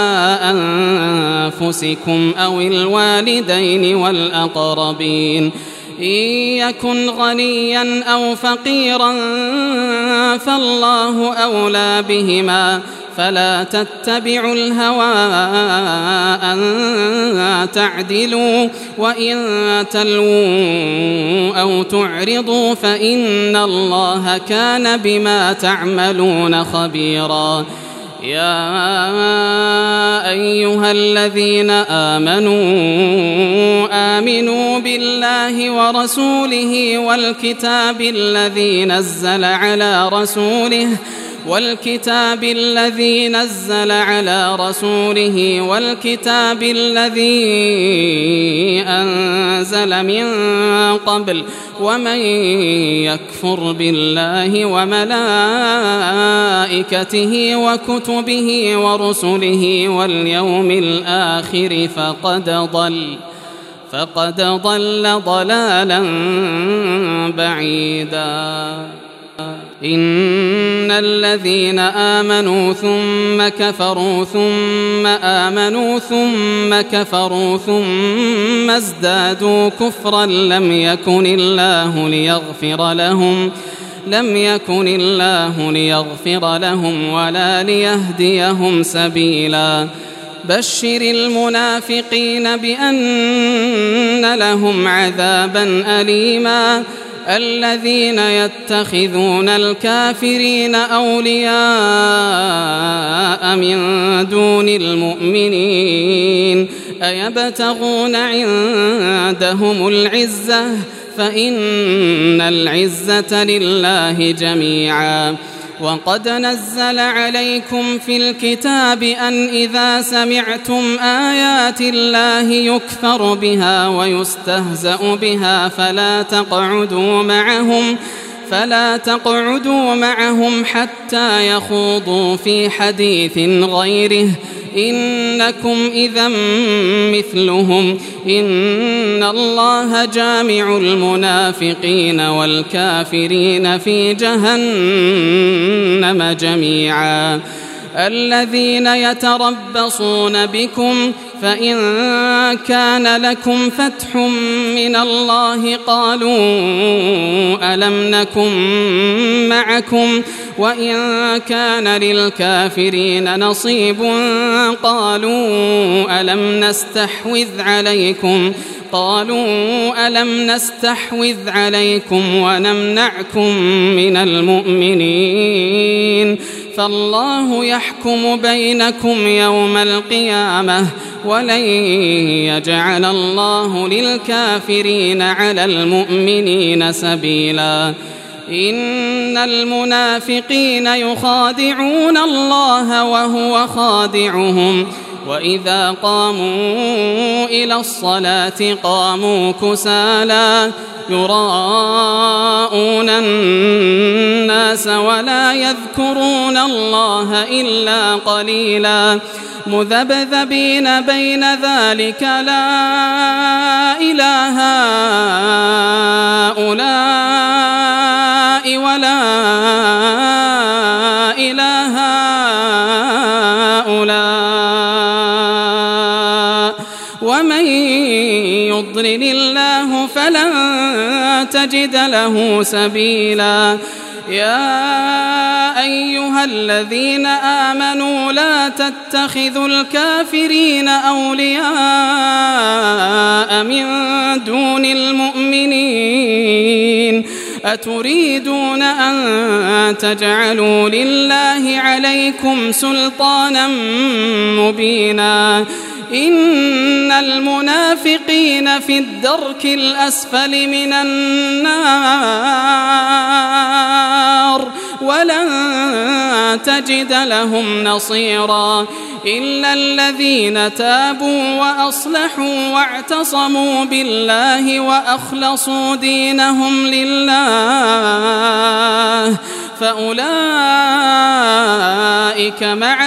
أنفسكم أو الوالدين والأقربين إن يكن غنيا أو فقيرا فالله أولى بهما فلا تتبعوا الهوى أن تعدلوا وإن تلووا أو تعرضوا فإن الله كان بما تعملون خبيرا يا أيها الذين آمنوا آمنوا بالله ورسوله والكتاب الذي نزل على رسوله والكتاب الذي نزل على رسوله والكتاب الذي أنزل من قبل ومن يكفر بالله وملائكته وكتبه ورسله واليوم الآخر فقد ضل فقد ضل ضلالا بعيدا. إن الذين آمنوا ثم كفروا ثم آمنوا ثم كفروا ثم ازدادوا كفرا لم يكن الله ليغفر لهم لم يكن الله ليغفر لهم ولا ليهديهم سبيلا. بشر المنافقين بأن لهم عذابا أليما. الذين يتخذون الكافرين أولياء من دون المؤمنين أيبتغون عندهم العزة فإن العزة لله جميعا. وقد نزل عليكم في الكتاب أن إذا سمعتم آيات الله يكفر بها ويستهزأ بها فلا تقعدوا معهم فلا تقعدوا معهم حتى يخوضوا في حديث غيره إنكم إذا مثلهم إن الله جامع المنافقين والكافرين في جهنم جميعا. الذين يتربصون بكم فإن كان لكم فتح من الله قالوا ألم نكن معكم وإن كان للكافرين نصيب قالوا ألم نستحوذ عليكم قالوا ألم نستحوذ عليكم ونمنعكم من المؤمنين فالله يحكم بينكم يوم القيامة ولن يجعل الله للكافرين على المؤمنين سبيلا. إن المنافقين يخادعون الله وهو خادعهم وإذا قاموا إلى الصلاة قاموا كسالى يراءون الناس ولا يذكرون الله إلا قليلا مذبذبين بين ذلك لا إله هؤلاء ولا إله هؤلاء ومن يضلل الله فلن تجد له سبيلا. يا أيها الذين آمنوا لا تتخذوا الكافرين أولياء من دون المؤمنين أتريدون أن تجعلوا لله عليكم سلطانا مبينا. إن المنافقين في الدرك الأسفل من النار ولن تجد لهم نصيرا إلا الذين تابوا وأصلحوا واعتصموا بالله وأخلصوا دينهم لله فأولئك مع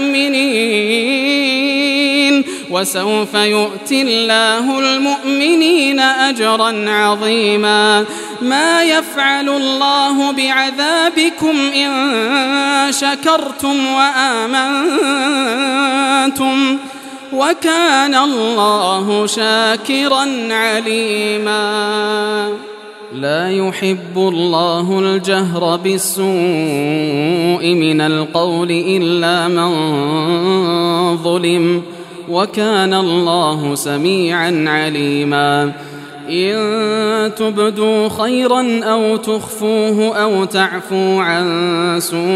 المؤمنين وسوف يؤتي الله المؤمنين أجرا عظيما. ما يفعل الله بعذابكم إن شكرتم وآمنتم وكان الله شاكرا عليما. لا يحب الله الجهر بالسوء من القول إلا من ظلم وكان الله سميعا عليما. إن تبدوا خيرا أو تخفوه أو تعفو عن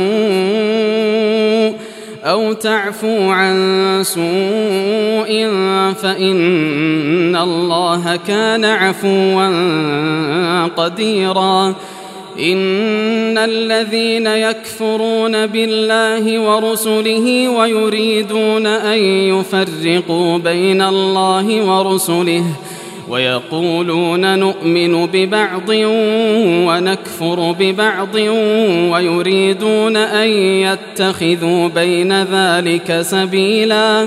سوء أو تعفو عن سوء فإن الله كان عفوا قديرا. إن الذين يكفرون بالله ورسله ويريدون أن يفرقوا بين الله ورسله ويقولون نؤمن ببعض ونكفر ببعض ويريدون أن يتخذوا بين ذلك سبيلا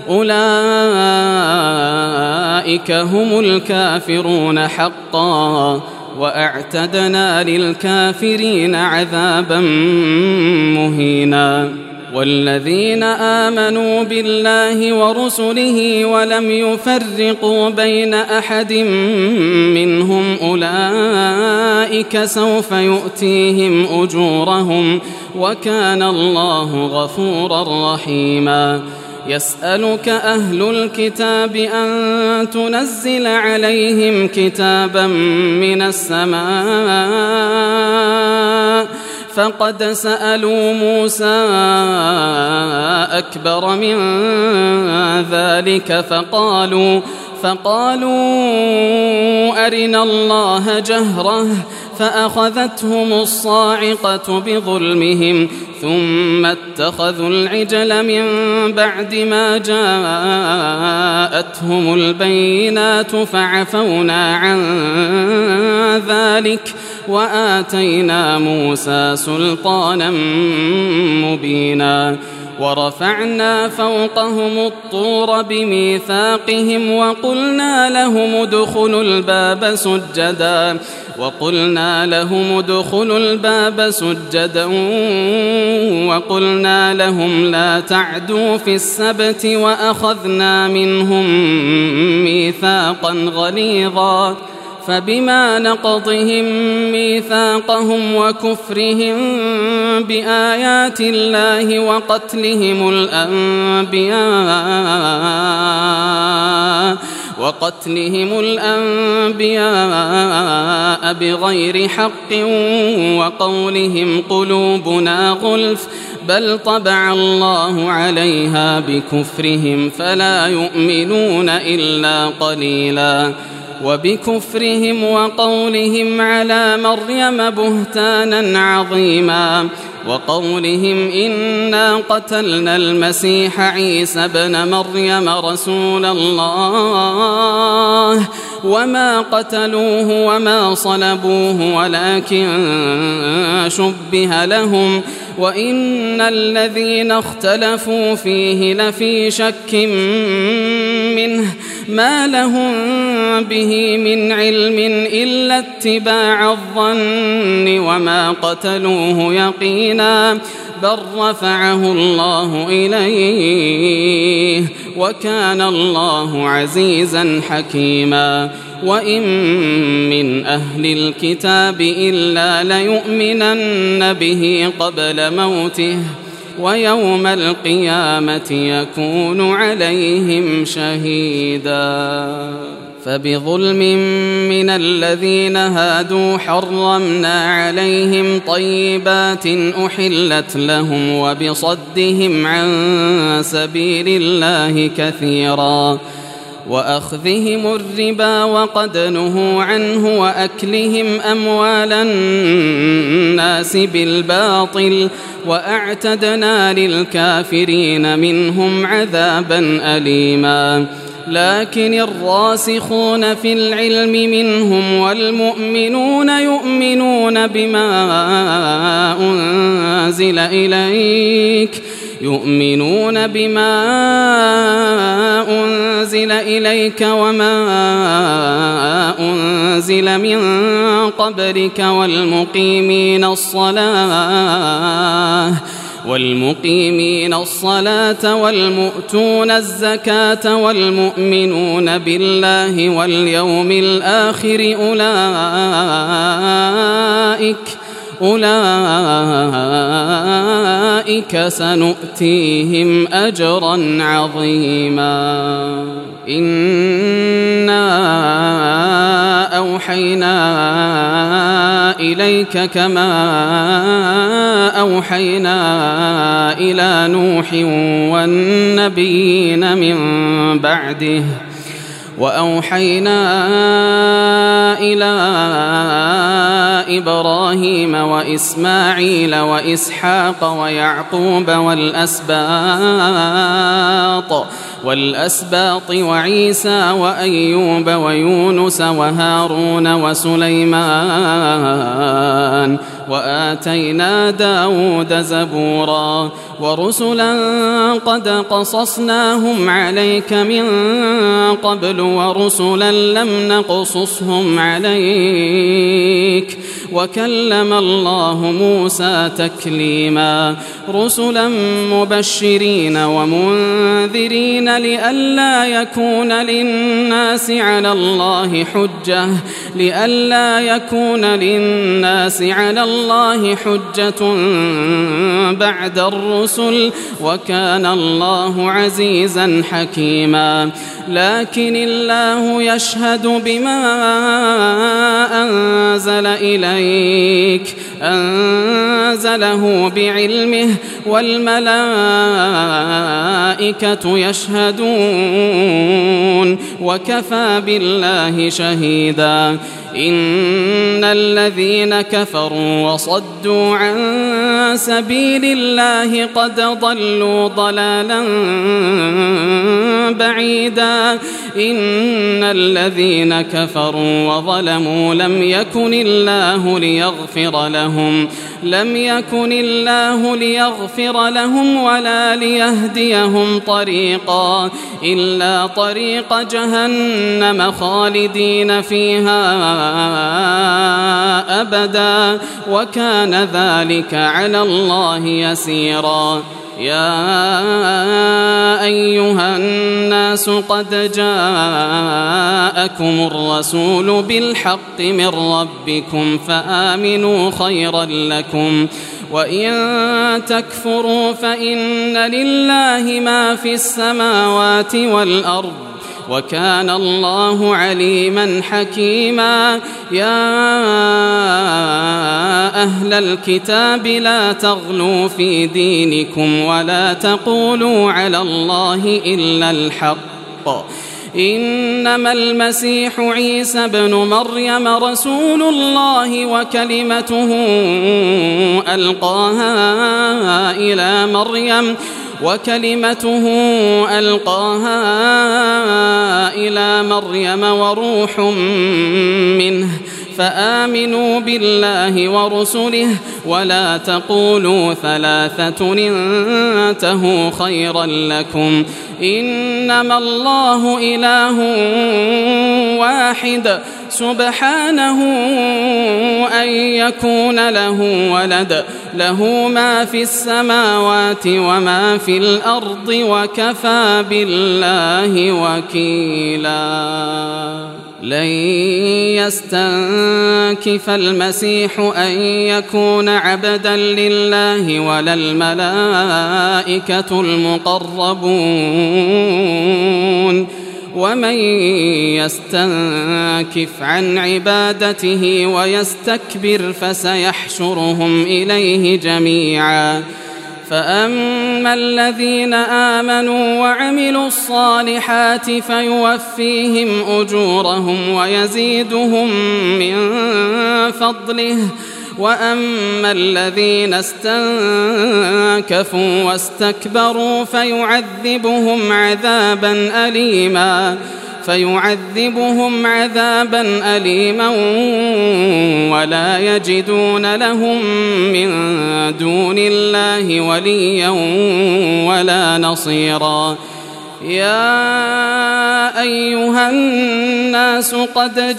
أولئك هم الكافرون حقا وأعتدنا للكافرين عذابا مهينا. والذين آمنوا بالله ورسله ولم يفرقوا بين أحد منهم أولئك سوف يؤتيهم أجورهم وكان الله غفورا رحيما. يسألك أهل الكتاب أن تنزل عليهم كتابا من السماء فقد سألوا موسى أكبر من ذلك فقالوا فقالوا أرنا الله جهرة فأخذتهم الصاعقة بظلمهم ثم اتخذوا العجل من بعد ما جاءتهم البينات فعفونا عن ذلك وآتينا موسى سلطانا مبينا. ورفعنا فوقهم الطور بميثاقهم وقلنا لهم ادخلوا الباب سجدا وقلنا لهم ادخلوا الباب سجدا وقلنا لهم لا تعدوا في السبت وأخذنا منهم ميثاقا غليظا. فبما نقضهم ميثاقهم وكفرهم بآيات الله وقتلهم الأنبياء وقتلهم الأنبياء بغير حق وقولهم قلوبنا غلف بل طبع الله عليها بكفرهم فلا يؤمنون إلا قليلا. وبكفرهم وقولهم على مريم بهتانا عظيما وقولهم إنا قتلنا المسيح عيسى ابن مريم رسول الله وما قتلوه وما صلبوه ولكن شبه لهم وإن الذين اختلفوا فيه لفي شك منه ما لهم به من علم إلا اتباع الظن وما قتلوه يقينا بل رفعه الله إليه وكان الله عزيزا حكيما. وإن من أهل الكتاب إلا ليؤمنن به قبل موته ويوم القيامة يكون عليهم شهيدا. فبظلم من الذين هادوا حرمنا عليهم طيبات أحلت لهم وبصدهم عن سبيل الله كثيرا وأخذهم الربا وقد نهوا عنه وأكلهم أموال الناس بالباطل وأعتدنا للكافرين منهم عذابا أليما. لكن الراسخون في العلم منهم والمؤمنون يؤمنون بما أنزل إليك يؤمنون بما أنزل إليك وما أنزل من قبلك والمقيمين الصلاة والمقيمين الصلاة والمؤتون الزكاة والمؤمنون بالله واليوم الآخر أولئك أولئك سنؤتيهم أجرا عظيما. إنا أوحينا إليك كما أوحينا إلى نوح والنبيين من بعده وأوحينا إلى إبراهيم وإسماعيل وإسحاق ويعقوب والأسباط والأسباط وعيسى وأيوب ويونس وهارون وسليمان وآتينا داود زبورا ورسلا قد قصصناهم عليك من قبل ورسلا لم نقصصهم عليك وكلم الله موسى تكليما رسلا مبشرين ومنذرين لئلا يكون للناس على الله حجة لئلا يكون للناس على الله حجة بعد الرسل وكان الله عزيزا حكيما لكن الله يشهد بما أنزل إليك أنزله بعلمه والملائكة يشهدون وكفى بالله شهيدا إن الذين كفروا وصدوا عن سبيل الله قد ضلوا ضلالا بعيدا إن الذين كفروا وظلموا لم يكن الله ليغفر لهم لم يكن الله ليغفر لهم ولا ليهديهم طريقا إلا طريق جهنم خالدين فيها أبدا وكان ذلك على الله يسيرا يا أيها الناس قد جاءكم الرسول بالحق من ربكم فآمنوا خيرا لكم وإن تكفروا فإن لله ما في السماوات والأرض وكان الله عليما حكيما يا أهل الكتاب لا تغلوا في دينكم ولا تقولوا على الله إلا الحق إنما المسيح عيسى بن مريم رسول الله وكلمته ألقاها إلى مريم وكلمته ألقاها إلى مريم وروح منه فآمنوا بالله ورسله ولا تقولوا ثلاثة انتهوا خيرا لكم إنما الله إله واحد سبحانه أن يكون له ولد له ما في السماوات وما في الأرض وكفى بالله وكيلا لن يستنكف المسيح أن يكون عبدا لله ولا الملائكة المقربون ومن يستنكف عن عبادته ويستكبر فسيحشرهم إليه جميعا فأما الذين آمنوا وعملوا الصالحات فيوفيهم أجورهم ويزيدهم من فضله وأما الذين استنكفوا واستكبروا فيعذبهم عذابا أليما فيعذبهم عذابا أليما ولا يجدون لهم من دون الله وليا ولا نصيرا يا أيها الناس قد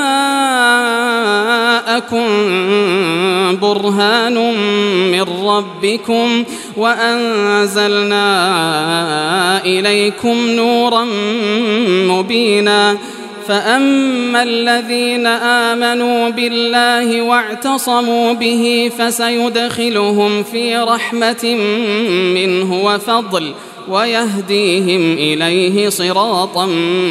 جاءكم برهان من ربكم وأنزلنا إليكم نورا مبينا فأما الذين آمنوا بالله واعتصموا به فسيدخلهم في رحمة منه وفضل ويهديهم إليه صراطا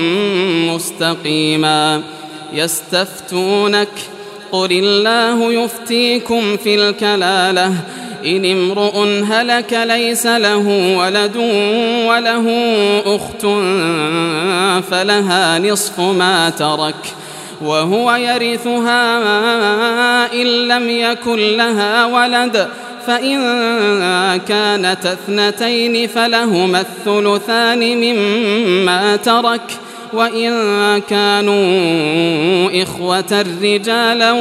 مستقيما يستفتونك قل الله يفتيكم في الكلالة إن امرؤ هلك ليس له ولد وله أخت فلها نصف ما ترك وهو يرثها إن لم يكن لها ولد، فإن كانت اثنتين فلهما الثلثان مما ترك، وإن كانوا إخوة رجالا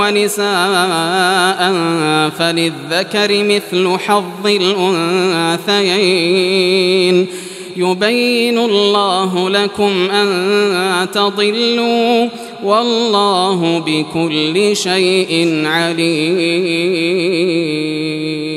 ونساء فللذكر مثل حظ الأنثيين. يبين الله لكم أن تضلوا والله بكل شيء عليم.